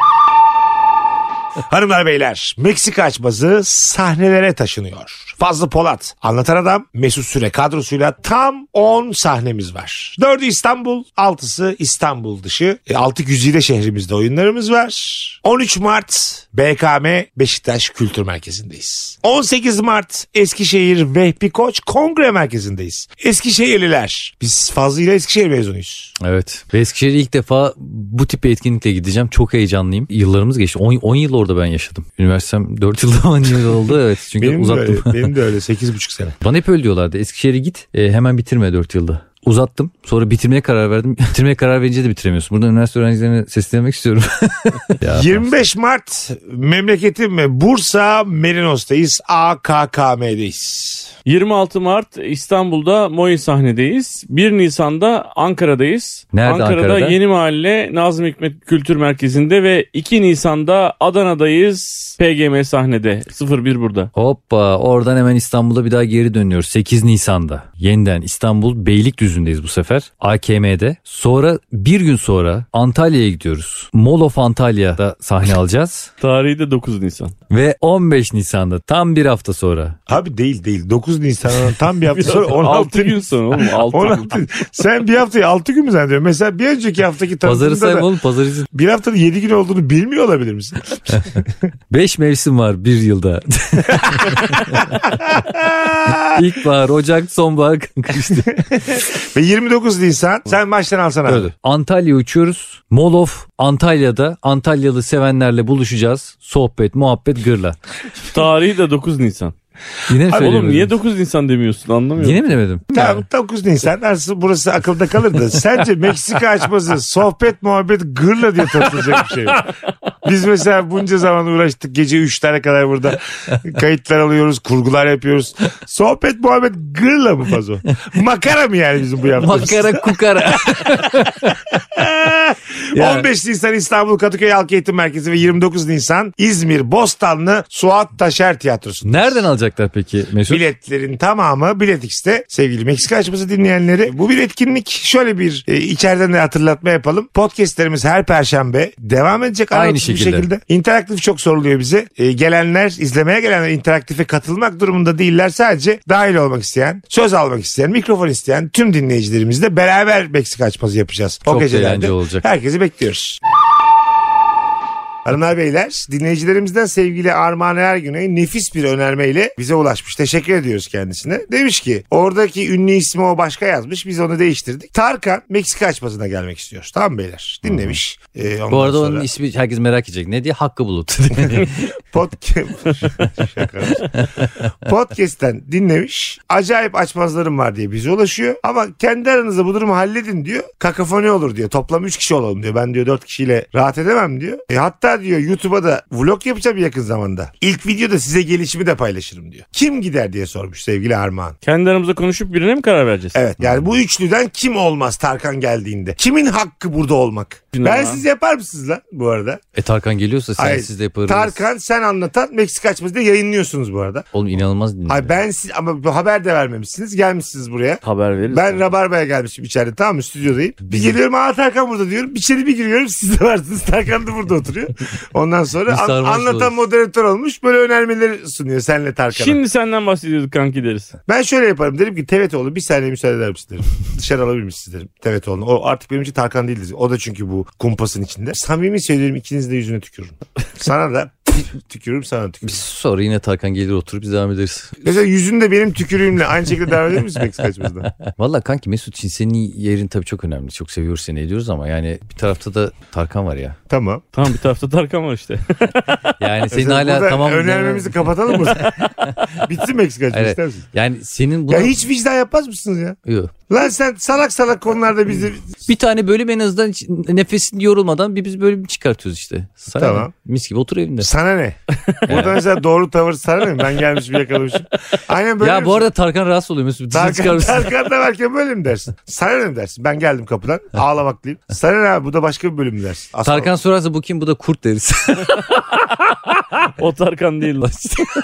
[SPEAKER 1] Hanımlar beyler, Meksika açması sahnelere taşınıyor. Fazlı Polat, Anlatan Adam, Mesut Süre kadrosuyla tam 10 sahnemiz var. 4'ü İstanbul, 6'sı İstanbul dışı. 6 güzide şehrimizde oyunlarımız var. 13 Mart BKM Beşiktaş Kültür Merkezi'ndeyiz. 18 Mart Eskişehir Vehbi Koç Kongre Merkezi'ndeyiz. Eskişehirliler, biz Fazlı ile Eskişehir mezunuyuz.
[SPEAKER 3] Evet. Ve Eskişehir'e ilk defa bu tip bir etkinlikle gideceğim. Çok heyecanlıyım. Yıllarımız geçti. 10 yıl orada ben yaşadım. Üniversitem 4 yılda 10 yıl oldu. Evet. Çünkü
[SPEAKER 1] Benim de
[SPEAKER 3] uzattım.
[SPEAKER 1] öyle, benim de öyle 8,5 sene.
[SPEAKER 3] Bana hep öyle diyorlardı. Eskişehir'e git hemen bitirme 4 yılda. Uzattım. Sonra bitirmeye karar verdim. Bitirmeye karar verince de bitiremiyorsun. Buradan üniversite öğrencilerine seslenmek istiyorum. Ya,
[SPEAKER 1] 25 Mart memleketim ve Bursa Merinos'tayız. AKKM'deyiz.
[SPEAKER 2] 26 Mart İstanbul'da Moy sahnedeyiz. 1 Nisan'da Ankara'dayız.
[SPEAKER 3] Nerede Ankara'da?
[SPEAKER 2] Yeni Mahalle Nazım Hikmet Kültür Merkezi'nde ve 2 Nisan'da Adana'dayız. PGM sahnede. 01 burada.
[SPEAKER 3] Hoppa, oradan hemen İstanbul'a bir daha geri dönüyoruz. 8 Nisan'da. Yeniden İstanbul Beylikdüzü'ndeyiz bu sefer. AKM'de. Sonra bir gün sonra Antalya'ya gidiyoruz. Mall of Antalya'da sahne alacağız.
[SPEAKER 2] Tarihi de 9 Nisan.
[SPEAKER 3] Ve 15 Nisan'da tam bir hafta sonra.
[SPEAKER 1] Abi değil. 9 Nisan'dan tam bir hafta sonra
[SPEAKER 2] 6 gün sonra oğlum. 6 gün.
[SPEAKER 1] 16. Sen bir haftayı 6 gün mü zannediyorsun? Mesela bir önceki haftaki
[SPEAKER 3] Pazarı
[SPEAKER 1] tanıtımda
[SPEAKER 3] sayma
[SPEAKER 1] da
[SPEAKER 3] oğlum, pazar izin.
[SPEAKER 1] bir haftanın 7 gün olduğunu bilmiyor olabilir misin?
[SPEAKER 3] 5 mevsim var bir yılda. İlkbahar, Ocak, sonbahar, kış.
[SPEAKER 1] Ve 29 Nisan sen baştan alsana.
[SPEAKER 3] Öyle. Antalya uçuyoruz. Mall of Antalya'da Antalyalı sevenlerle buluşacağız. Sohbet, muhabbet, gırla.
[SPEAKER 2] Tarihi de 9 Nisan.
[SPEAKER 3] Yine mi
[SPEAKER 2] Oğlum
[SPEAKER 3] söyleyeyim?
[SPEAKER 2] niye 9 Nisan demiyorsun anlamıyorum.
[SPEAKER 3] Yine mi demedim?
[SPEAKER 1] Tamam 9 Nisan aslında burası akılda kalır da sence Meksika açması sohbet muhabbet gırla diye tanıtılacak bir şey mi? Biz mesela bunca zaman uğraştık, gece 3'lere kadar burada kayıtlar alıyoruz, kurgular yapıyoruz. Sohbet muhabbet gırla mı Fazo? Makara mı yani bizim bu yaptığımız?
[SPEAKER 3] Makara kukara. Ya.
[SPEAKER 1] 15 Nisan İstanbul Kadıköy Halk Eğitim Merkezi ve 29 Nisan İzmir Bostanlı Suat Taşer Tiyatrosu.
[SPEAKER 3] Nereden alacaklar peki Mesut?
[SPEAKER 1] Biletlerin tamamı Bilet X'te sevgili Meksika açması dinleyenleri. Bu bir etkinlik. Şöyle bir içeriden de hatırlatma yapalım. Podcastlerimiz her perşembe devam edecek.
[SPEAKER 3] Aynı
[SPEAKER 1] bir şekilde. İnteraktif çok soruluyor bize. Gelenler, izlemeye gelenler interaktife katılmak durumunda değiller. Sadece dahil olmak isteyen, söz almak isteyen, mikrofon isteyen tüm dinleyicilerimizle beraber Meksika açması yapacağız. O
[SPEAKER 3] Çok
[SPEAKER 1] gecelerde
[SPEAKER 3] eğlenceli olacak.
[SPEAKER 1] herkesi bekliyoruz. Hanımlar beyler, dinleyicilerimizden sevgili Armağan Ergüney nefis bir önermeyle bize ulaşmış. Teşekkür ediyoruz kendisine. Demiş ki oradaki ünlü ismi o başka yazmış, biz onu değiştirdik. Tarkan Meksika açmasına gelmek istiyor. Tamam beyler, dinlemiş.
[SPEAKER 3] Bu arada onun ismi herkes merak edecek. Ne diye? Hakkı Bulut.
[SPEAKER 1] Podcast'ten dinlemiş. Acayip açmazlarım var diye bize ulaşıyor. Ama kendi aranızda bu durumu halledin diyor. Kakafoni olur diyor. Toplam 3 kişi olalım diyor. Ben diyor 4 kişiyle rahat edemem diyor. Hatta diyor YouTube'a da vlog yapacağım yakın zamanda. İlk videoda size gelişimi de paylaşırım diyor. Kim gider diye sormuş sevgili Armağan.
[SPEAKER 2] Kendi aramızda konuşup birine mi karar vereceğiz?
[SPEAKER 1] Evet yani bu üçlüden kim olmaz Tarkan geldiğinde? Kimin hakkı burada olmak? Ben siz yapar mısınız lan bu arada?
[SPEAKER 3] Tarkan geliyorsa
[SPEAKER 1] Hayır,
[SPEAKER 3] siz de yaparız.
[SPEAKER 1] Tarkan sen anlatan Meksika açması diye yayınlıyorsunuz bu arada.
[SPEAKER 3] Oğlum inanılmaz dinliyor.
[SPEAKER 1] Hayır ben siz ama bu haber de vermemişsiniz. Gelmişsiniz buraya.
[SPEAKER 2] Haber veririz.
[SPEAKER 1] Ben Rabarba'ya gelmişim içeride, tamam mı, stüdyodayım. Bir geliyorum Tarkan burada diyorum. İçeri bir giriyorum, siz de varsınız. Tarkan da burada oturuyor. Ondan sonra anlatan moderatör olmuş. Böyle önermeleri sunuyor senle Tarkan'a.
[SPEAKER 2] Şimdi senden bahsediyorduk kanki deriz.
[SPEAKER 1] Ben şöyle yaparım, derim ki Tevetoğlu bir saniye müsaade eder misin derim. Dışarı alabilir misiniz derim Tevetoğlu'nu. O artık benim için Tarkan değildir. O da çünkü bu kumpasın içinde. Samimi söylüyorum, ikiniz de yüzüne tükürürüm. Sana da tükürürüm, sana tükürürüm.
[SPEAKER 3] Biz sonra yine Tarkan gelir oturup biz devam ederiz.
[SPEAKER 1] Mesela yüzünde benim tükürüğümle aynı şekilde devam eder misin Meksika açmasından?
[SPEAKER 3] Valla kanki Mesut için senin yerin tabii çok önemli. Çok seviyoruz seni, ediyoruz ama yani bir tarafta da Tarkan var ya.
[SPEAKER 1] Tamam.
[SPEAKER 2] Tamam bir tarafta Tarkan var işte.
[SPEAKER 3] Yani senin
[SPEAKER 1] Mesela
[SPEAKER 3] hala
[SPEAKER 1] burada
[SPEAKER 3] tamam.
[SPEAKER 1] önermemizi kapatalım mı? Bitsin Meksika açması,
[SPEAKER 3] Evet.
[SPEAKER 1] ister misin?
[SPEAKER 3] Yani senin buna...
[SPEAKER 1] Ya hiç vicdan yapmaz mısınız ya?
[SPEAKER 3] Yok.
[SPEAKER 1] Lan sen salak salak konularda bizi...
[SPEAKER 3] Bir tane bölüm en azından hiç nefesin yorulmadan biz bölüm çıkartıyoruz işte. Sana
[SPEAKER 1] Tamam.
[SPEAKER 3] ne? Mis gibi otur evinde.
[SPEAKER 1] Sana ne? Burada mesela doğru tavır sana ne? Ben gelmişim yakalamışım. Aynen böyle.
[SPEAKER 3] Ya bu arada Tarkan rahatsız oluyor Mesut.
[SPEAKER 1] Tarkan da varken böyle mi dersin? Sana ne mi dersin? Ben geldim kapıdan ağlamaklıyım. Sana ne abi bu da başka bir bölüm mü dersin? Asla...
[SPEAKER 3] Tarkan sorarsa bu kim, bu da kurt deriz.
[SPEAKER 2] O Tarkan değil lan.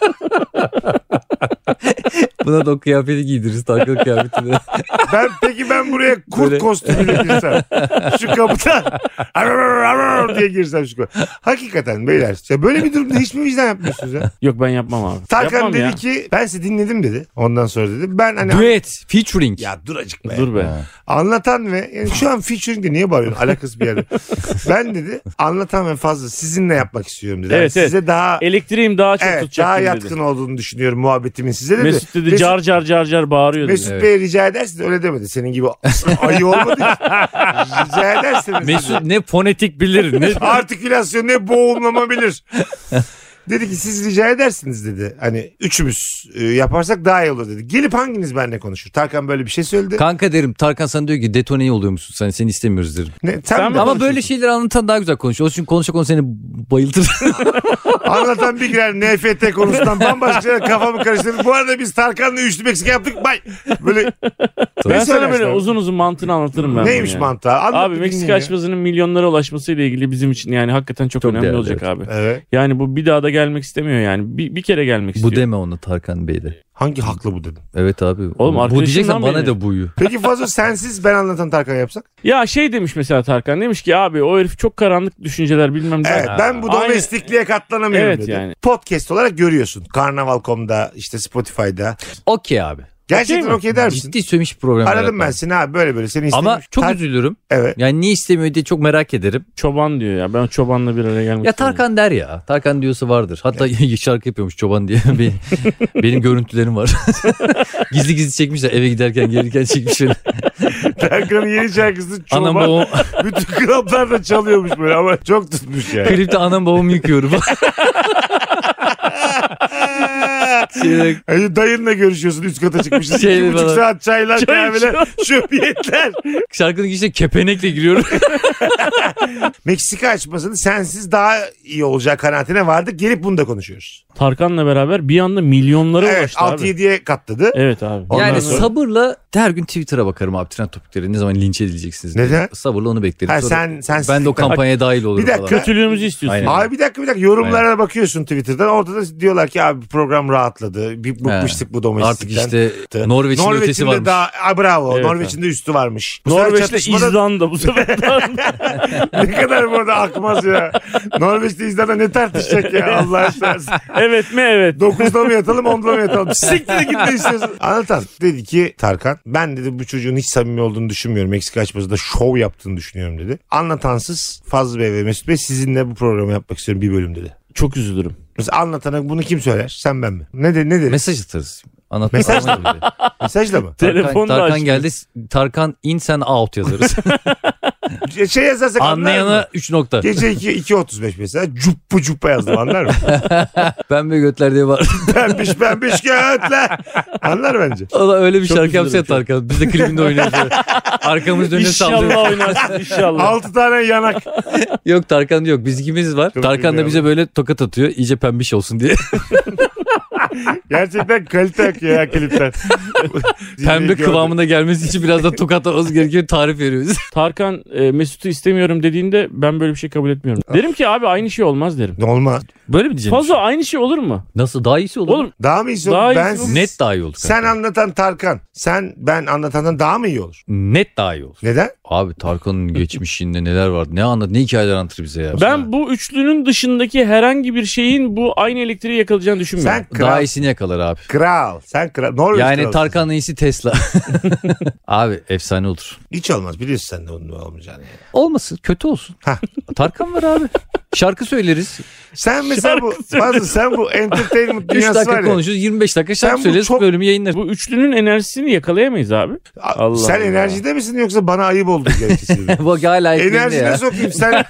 [SPEAKER 3] Buna da o kıyafeti giydiririz, Tarkan kıyafetini.
[SPEAKER 1] Peki ben buraya kurt
[SPEAKER 3] Böyle.
[SPEAKER 1] kostümüyle girsem. Şu kapıdan diye girsem şu kapıdan. Hakikaten beyler. Ya böyle bir durumda hiç mi vicdan yapmıyorsunuz ya?
[SPEAKER 2] Yok ben yapmam abi.
[SPEAKER 1] Tarkan
[SPEAKER 2] Yapmam
[SPEAKER 1] dedi
[SPEAKER 2] ya.
[SPEAKER 1] ki ben sizi dinledim dedi. Ondan sonra dedi. Ben hani...
[SPEAKER 3] Duet, featuring.
[SPEAKER 1] Ya dur acık be.
[SPEAKER 2] Dur be.
[SPEAKER 1] Anlatan ve yani şu an featuring'de niye bağırıyorsun? Alakası bir yerde. Ben dedi anlatan ve fazla sizinle yapmak istiyorum dedi.
[SPEAKER 2] Evet,
[SPEAKER 1] Yani
[SPEAKER 2] evet.
[SPEAKER 1] size daha...
[SPEAKER 2] Elektriğim daha çok
[SPEAKER 1] Evet
[SPEAKER 2] tutacak
[SPEAKER 1] daha
[SPEAKER 2] gibi
[SPEAKER 1] yatkın
[SPEAKER 2] dedi.
[SPEAKER 1] olduğunu düşünüyorum muhabbetimin size dedi.
[SPEAKER 2] Mesut dedi car car car car bağırıyor dedi.
[SPEAKER 1] Mesut
[SPEAKER 3] Evet.
[SPEAKER 1] Bey rica edersiniz öyle demedi. Senin gibi ayı olmadı ki. Rica edersiniz.
[SPEAKER 3] Mesut ne fonetik bilir ne
[SPEAKER 1] Artikülasyon ne boğumlama bilir. Dedi ki siz rica edersiniz dedi. Hani üçümüz yaparsak daha iyi olur dedi. Gelip hanginiz benimle konuşur? Tarkan böyle bir şey söyledi.
[SPEAKER 3] Kanka derim, Tarkan sana diyor ki detoneyi oluyormuşsun sen, seni istemiyoruz derim.
[SPEAKER 2] Sen
[SPEAKER 1] mi
[SPEAKER 3] Ama böyle
[SPEAKER 1] konuşuyorsun?
[SPEAKER 3] şeyleri anlatan daha güzel konuşuyor. O çünkü konuşa seni bayıltır.
[SPEAKER 1] Anlatan bir girer NFT konusundan bambaşka şeyler kafamı karıştırır. Bu arada biz Tarkan'la üçlü Meksika yaptık. Bay. Böyle
[SPEAKER 2] Ben sana
[SPEAKER 1] söylersin
[SPEAKER 2] böyle
[SPEAKER 1] abi?
[SPEAKER 2] uzun uzun mantığını anlatırım ben.
[SPEAKER 1] Neymiş
[SPEAKER 2] bunu yani.
[SPEAKER 1] mantığı? Anlat
[SPEAKER 2] Abi
[SPEAKER 1] bir
[SPEAKER 2] Meksika
[SPEAKER 1] dinleyeyim ya.
[SPEAKER 2] açmasının milyonlara ulaşmasıyla ilgili bizim için yani hakikaten çok önemli
[SPEAKER 3] değerli,
[SPEAKER 2] olacak
[SPEAKER 3] evet.
[SPEAKER 2] abi.
[SPEAKER 1] Evet.
[SPEAKER 2] Yani bu bir daha da gelmek istemiyor yani. Bir kere gelmek istiyor.
[SPEAKER 3] Bu deme onu Tarkan Bey de.
[SPEAKER 1] Hangi haklı bu dedim.
[SPEAKER 3] Evet abi.
[SPEAKER 2] Oğlum
[SPEAKER 3] bu
[SPEAKER 2] arkadaşımdan
[SPEAKER 3] diyeceksen bana
[SPEAKER 2] beni.
[SPEAKER 3] da buyu.
[SPEAKER 1] Peki fazla sensiz ben anlatan Tarkan yapsak?
[SPEAKER 2] Ya şey demiş mesela Tarkan, demiş ki abi o herif çok karanlık düşünceler bilmem ne.
[SPEAKER 1] Evet ben bu
[SPEAKER 2] Aynı-
[SPEAKER 1] domestikliğe katlanamıyorum
[SPEAKER 2] Evet
[SPEAKER 1] dedi.
[SPEAKER 2] yani.
[SPEAKER 1] Podcast olarak görüyorsun. Karnaval.com'da işte Spotify'da.
[SPEAKER 3] Okey abi.
[SPEAKER 1] Gerçekten
[SPEAKER 2] mi?
[SPEAKER 1] okey der misin?
[SPEAKER 3] Ciddi söylemiş program.
[SPEAKER 1] Aradım ben seni abi böyle seni istemiş.
[SPEAKER 3] Ama çok üzülürüm.
[SPEAKER 1] Evet.
[SPEAKER 3] Yani niye istemiyor diye çok merak ederim.
[SPEAKER 2] Çoban diyor ya, ben çobanla bir araya gelmek
[SPEAKER 3] Ya
[SPEAKER 2] istemiyorum.
[SPEAKER 3] Tarkan der ya. Tarkan diyorsa vardır. Hatta şarkı yapıyormuş çoban diye. Benim görüntülerim var. Gizli gizli çekmişler. Eve giderken gelirken çekmişler.
[SPEAKER 1] Tarkan'ın yeni şarkısı
[SPEAKER 3] Anam
[SPEAKER 1] Çoban.
[SPEAKER 3] babam.
[SPEAKER 1] Bütün klaplar da çalıyormuş böyle ama çok tutmuş yani.
[SPEAKER 3] Klipte anam babamı yıkıyorum.
[SPEAKER 1] Hani dayınla görüşüyorsun üst kata çıkmışsın.
[SPEAKER 3] Şey
[SPEAKER 1] 2,5
[SPEAKER 3] falan.
[SPEAKER 1] saat çaylar
[SPEAKER 2] Çay
[SPEAKER 1] kahveler şöbiyetler.
[SPEAKER 3] Şarkının işte kepenekle giriyorum.
[SPEAKER 1] Meksika açmasını sensiz daha iyi olacağı kanaatine vardı. Gelip bunu da konuşuyoruz.
[SPEAKER 2] Tarkan'la beraber bir anda milyonlara
[SPEAKER 1] Evet
[SPEAKER 2] ulaştı abi.
[SPEAKER 1] 6-7'ye katladı.
[SPEAKER 2] Evet abi.
[SPEAKER 1] Ondan
[SPEAKER 3] Yani
[SPEAKER 1] sonra-
[SPEAKER 3] sabırla her gün Twitter'a bakarım abi, trend topikleri. Ne zaman linç edileceksiniz diye.
[SPEAKER 1] Neden?
[SPEAKER 3] Sabırla onu beklerim.
[SPEAKER 1] Ha,
[SPEAKER 3] Sonra
[SPEAKER 1] sen
[SPEAKER 3] ben de o kampanyaya dahil olurum
[SPEAKER 1] Bir dakika.
[SPEAKER 3] falan.
[SPEAKER 2] Kötülüğümüzü istiyorsun.
[SPEAKER 3] Aynen.
[SPEAKER 1] Abi bir dakika yorumlara bakıyorsun Twitter'dan. Orada da diyorlar ki abi program rahatladı. Bir bıkmıştık bu domestikten.
[SPEAKER 3] Artık işte Norveç'in ötesi
[SPEAKER 1] de
[SPEAKER 3] varmış.
[SPEAKER 1] daha bravo.
[SPEAKER 2] Evet,
[SPEAKER 1] Norveç'in de üstü varmış. Bu sefer
[SPEAKER 2] Norveç'te
[SPEAKER 1] çatışmada
[SPEAKER 2] İzlanda bu sefer.
[SPEAKER 1] ne kadar bu arada akmaz ya. Norveç'te İzlanda ne tartışacak ya Allah aşkına.
[SPEAKER 2] Evet mi evet.
[SPEAKER 1] 9'da mı yatalım 10'da mı yatalım? Siktir git ne istiyorsun? Anlatan dedi ki Tarkan ben dedi bu çocuğun hiç samimi olduğunu düşünmüyorum. Meksika açmasında şov yaptığını düşünüyorum dedi. Anlatansız Fazlı Bey ve Mesut Bey sizinle bu programı yapmak istiyorum bir bölüm dedi.
[SPEAKER 2] Çok üzülürüm.
[SPEAKER 1] Mesela anlatana bunu kim söyler? Sen ben mi? Ne dedi?
[SPEAKER 3] Mesaj atarız.
[SPEAKER 1] Mesaj
[SPEAKER 3] Mesaj mı?
[SPEAKER 1] Mesajla mı?
[SPEAKER 2] Telefon da
[SPEAKER 3] Tarkan
[SPEAKER 2] açmıyor.
[SPEAKER 3] geldi. Tarkan in sen out yazarız.
[SPEAKER 1] Şey yazarsak anlar mı?
[SPEAKER 3] Anlayana 3 nokta.
[SPEAKER 1] Gece 2.35 mesela cuppa cuppa yazdım anlar mı?
[SPEAKER 3] Pembe götler diye var.
[SPEAKER 1] pembiş götler. Anlar bence.
[SPEAKER 3] O da öyle bir
[SPEAKER 2] Çok
[SPEAKER 3] şarkı yapsa ya
[SPEAKER 2] üzülürüm,
[SPEAKER 3] Tarkan. Biz de klibinde oynuyoruz. böyle. Arkamız dönüyor sallıyor.
[SPEAKER 2] İnşallah oynarsın inşallah.
[SPEAKER 1] 6 tane yanak.
[SPEAKER 3] Yok Tarkan yok. Biz ikimiz var.
[SPEAKER 1] Çok
[SPEAKER 3] Tarkan da
[SPEAKER 1] güzel.
[SPEAKER 3] bize böyle tokat atıyor. İyice pembiş olsun diye.
[SPEAKER 1] Gerçekten kalite akıyor ya klipten.
[SPEAKER 3] Pembe kıvamına gelmesi için biraz da tokat atmamız gerekiyor. Tarif veriyoruz.
[SPEAKER 2] Tarkan Mesut'u istemiyorum dediğinde ben böyle bir şey kabul etmiyorum. Derim ki abi aynı şey olmaz derim.
[SPEAKER 1] Olmaz.
[SPEAKER 3] Böyle mi diyeceğim?
[SPEAKER 2] Fazla aynı şey olur mu?
[SPEAKER 3] Nasıl? Daha iyisi olur.
[SPEAKER 2] Oğlum
[SPEAKER 1] Daha mı iyisi olur?
[SPEAKER 2] Daha
[SPEAKER 1] Ben
[SPEAKER 2] iyisi
[SPEAKER 1] siz-
[SPEAKER 3] Net daha iyi olur.
[SPEAKER 1] Sen anlatan Tarkan. Ben anlatandan daha mı iyi olur?
[SPEAKER 3] Net daha iyi olur.
[SPEAKER 1] Neden?
[SPEAKER 3] Abi Tarkan'ın geçmişinde neler var? Ne hikayeler anlatır bize ya.
[SPEAKER 2] ben bu üçlünün dışındaki herhangi bir şeyin bu aynı elektriği yakalayacağını düşünmüyorum.
[SPEAKER 1] Sen
[SPEAKER 3] Daha
[SPEAKER 1] kral.
[SPEAKER 3] iyisini yakalar abi.
[SPEAKER 1] Kral. Sen kral. Norveç
[SPEAKER 3] Yani
[SPEAKER 1] kralısın.
[SPEAKER 3] Tarkan'ın iyisi Tesla. Abi efsane olur.
[SPEAKER 1] Hiç olmaz. Biliyorsun sen de onun olmayacağını. Yani.
[SPEAKER 3] Olmasın, kötü olsun.
[SPEAKER 1] Hah.
[SPEAKER 3] Tarkan var abi. Şarkı söyleriz.
[SPEAKER 1] Sen mesela bu fazla sen bu entertainment
[SPEAKER 3] 3
[SPEAKER 1] dünyası var
[SPEAKER 3] dakika
[SPEAKER 1] ya.
[SPEAKER 3] konuşuruz 25 dakika
[SPEAKER 1] Sen
[SPEAKER 3] şarkı
[SPEAKER 1] bu
[SPEAKER 3] söyleriz
[SPEAKER 1] çok-
[SPEAKER 3] bölümü yayınlarız.
[SPEAKER 2] Bu üçlünün enerjisini yakalayamayız abi. Allah
[SPEAKER 1] Sen
[SPEAKER 2] Allah.
[SPEAKER 1] enerjide misin yoksa bana ayıp oldu gerekçesi?
[SPEAKER 3] Bak hala ekmeğinde
[SPEAKER 1] Enerjine
[SPEAKER 3] ya.
[SPEAKER 1] sokayım sen.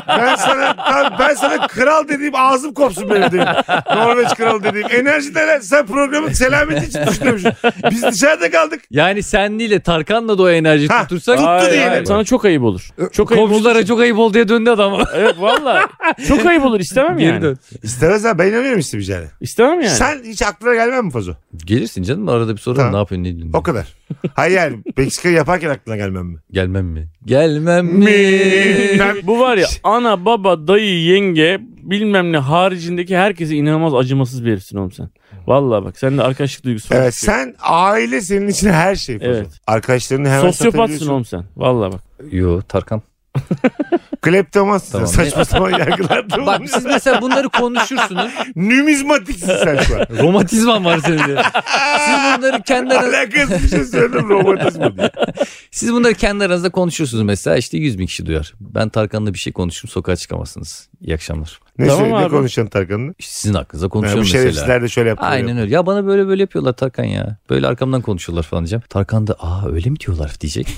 [SPEAKER 1] ben sana kral dediğim ağzım kopsun benim dediğim. Norveç kralı dediğim. Enerjide sen programın selameti için düşünmüşsün. Biz dışarıda kaldık.
[SPEAKER 3] Yani sen değil de Tarkan'la da o enerji
[SPEAKER 1] Ha,
[SPEAKER 3] tutursak
[SPEAKER 1] tuttu diyelim.
[SPEAKER 2] Sana çok ayıp olur. Çok ayıp olur.
[SPEAKER 3] komşulara çok ayıp oldu diye döndü adam.
[SPEAKER 2] Evet valla. Çok ayıp olur istemem
[SPEAKER 3] Geri
[SPEAKER 2] yani.
[SPEAKER 3] dön.
[SPEAKER 1] İstemez abi, ben inanıyorum istemeyeceğine.
[SPEAKER 2] İstemem yani.
[SPEAKER 1] Sen hiç aklına gelmez mi Fazo?
[SPEAKER 3] Gelirsin canım arada bir sorarım
[SPEAKER 1] Tamam.
[SPEAKER 3] ne yapıyorsun ne ediyorsun.
[SPEAKER 1] O kadar. Hayır yani Meksika'yı yaparken aklına gelmem mi?
[SPEAKER 3] Gelmem mi? Gelmem mi?
[SPEAKER 2] Bu var ya ana baba dayı yenge bilmem ne haricindeki herkese inanılmaz acımasız bir herifsin oğlum sen. Valla bak sende arkadaşlık duygusu var.
[SPEAKER 1] Evet, sen aile senin için her şey Fazo.
[SPEAKER 2] Evet.
[SPEAKER 1] Arkadaşlarını hemen
[SPEAKER 2] Sosyopatsın
[SPEAKER 1] satabiliyorsun.
[SPEAKER 2] oğlum sen. Valla bak.
[SPEAKER 3] Yo Tarkan.
[SPEAKER 1] Kleptomansın.
[SPEAKER 3] Tamam.
[SPEAKER 1] Saçma sapan yargılarda
[SPEAKER 3] Bak
[SPEAKER 1] bulunuyorsun.
[SPEAKER 3] siz mesela bunları konuşursunuz.
[SPEAKER 1] Numizmatiksin sen şu an.
[SPEAKER 3] Romatizman var senin de. Siz bunları kendi aranızda,
[SPEAKER 1] Alakasız bir şey söyledim, romantizma diye.
[SPEAKER 3] siz bunları kendi aranızda konuşursunuz mesela işte 100 bin kişi duyar. Ben Tarkan'la bir şey konuştum sokağa çıkamazsınız. İyi akşamlar.
[SPEAKER 1] Ne,
[SPEAKER 2] Tamam
[SPEAKER 1] söyle, ne
[SPEAKER 2] abi.
[SPEAKER 1] konuşacaksın Tarkan'la?
[SPEAKER 3] İşte sizin hakkınızda
[SPEAKER 1] Yani bu
[SPEAKER 3] konuşuyorum
[SPEAKER 1] şerefsizler
[SPEAKER 3] mesela.
[SPEAKER 1] de şöyle yapıyor.
[SPEAKER 3] Aynen öyle. Ya bana böyle yapıyorlar Tarkan ya. Böyle arkamdan konuşuyorlar falan diyeceğim. Tarkan da öyle mi diyorlar diyecek.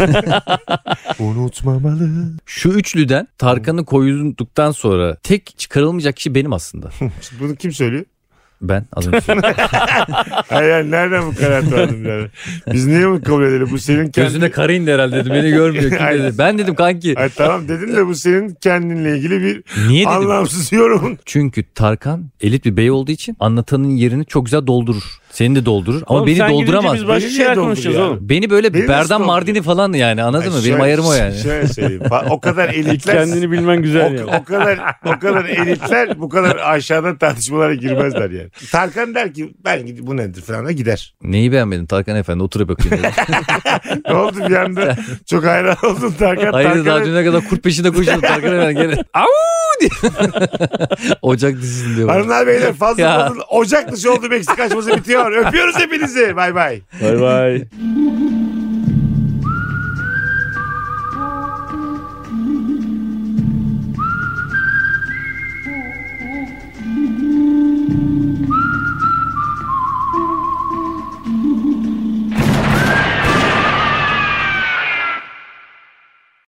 [SPEAKER 1] Unutmamalı.
[SPEAKER 3] Şu üçlüden Tarkan'ı koyulduktan sonra tek çıkarılmayacak kişi benim aslında.
[SPEAKER 1] Bunu kim söylüyor?
[SPEAKER 3] Ben az önce söyledim.
[SPEAKER 1] Hayır yani nereden bu karar verdin yani? Biz niye bunu kabul edelim? Bu senin kendi...
[SPEAKER 3] Gözüne kara indi herhalde dedi. Beni görmüyor. Kim
[SPEAKER 1] Aynen.
[SPEAKER 3] dedi? Ben dedim kanki.
[SPEAKER 1] Ay tamam dedin de bu senin kendinle ilgili bir
[SPEAKER 3] Niye dedim?
[SPEAKER 1] anlamsız yorumun.
[SPEAKER 3] Çünkü Tarkan elit bir bey olduğu için anlatanın yerini çok güzel doldurur. Seni de doldurur ama
[SPEAKER 2] Oğlum
[SPEAKER 3] beni
[SPEAKER 2] sen gidince
[SPEAKER 3] dolduramaz.
[SPEAKER 2] Biz başka
[SPEAKER 1] Beni
[SPEAKER 2] şeyler
[SPEAKER 1] niye
[SPEAKER 2] konuşacağız
[SPEAKER 1] dolduruyor
[SPEAKER 2] oğlum.
[SPEAKER 3] Beni böyle
[SPEAKER 1] Beni nasıl
[SPEAKER 3] Berdan
[SPEAKER 1] dolduruyor?
[SPEAKER 3] Mardini falan yani anladın mı?
[SPEAKER 1] Ay,
[SPEAKER 3] Benim
[SPEAKER 1] şöyle-
[SPEAKER 3] ayarım o yani.
[SPEAKER 1] Şöyle söyleyeyim. O kadar elitler...
[SPEAKER 2] Kendini bilmen güzel ya.
[SPEAKER 1] o kadar elitler bu kadar aşağıdan tartışmalara girmezler yani. Tarkan der ki ben gidip bu nedir falan da gider.
[SPEAKER 3] Neyi beğenmedin Tarkan Efendi? Otur bakayım dedim.
[SPEAKER 1] Ne oldu bir anda? Çok hayran oldum Tarkan.
[SPEAKER 3] Hayır daha
[SPEAKER 1] Tarkan'a-
[SPEAKER 3] düne kadar kurt peşinde koşuyordum Tarkan Efendi. Gene Au diye. Ocak dizisinde diyor.
[SPEAKER 1] Hanımlar beyler fazla
[SPEAKER 3] Ya.
[SPEAKER 1] Ocak dışı oldu Meksika açması bitiyor. Öpüyoruz hepinizi. Bay bay.
[SPEAKER 2] Bay bay.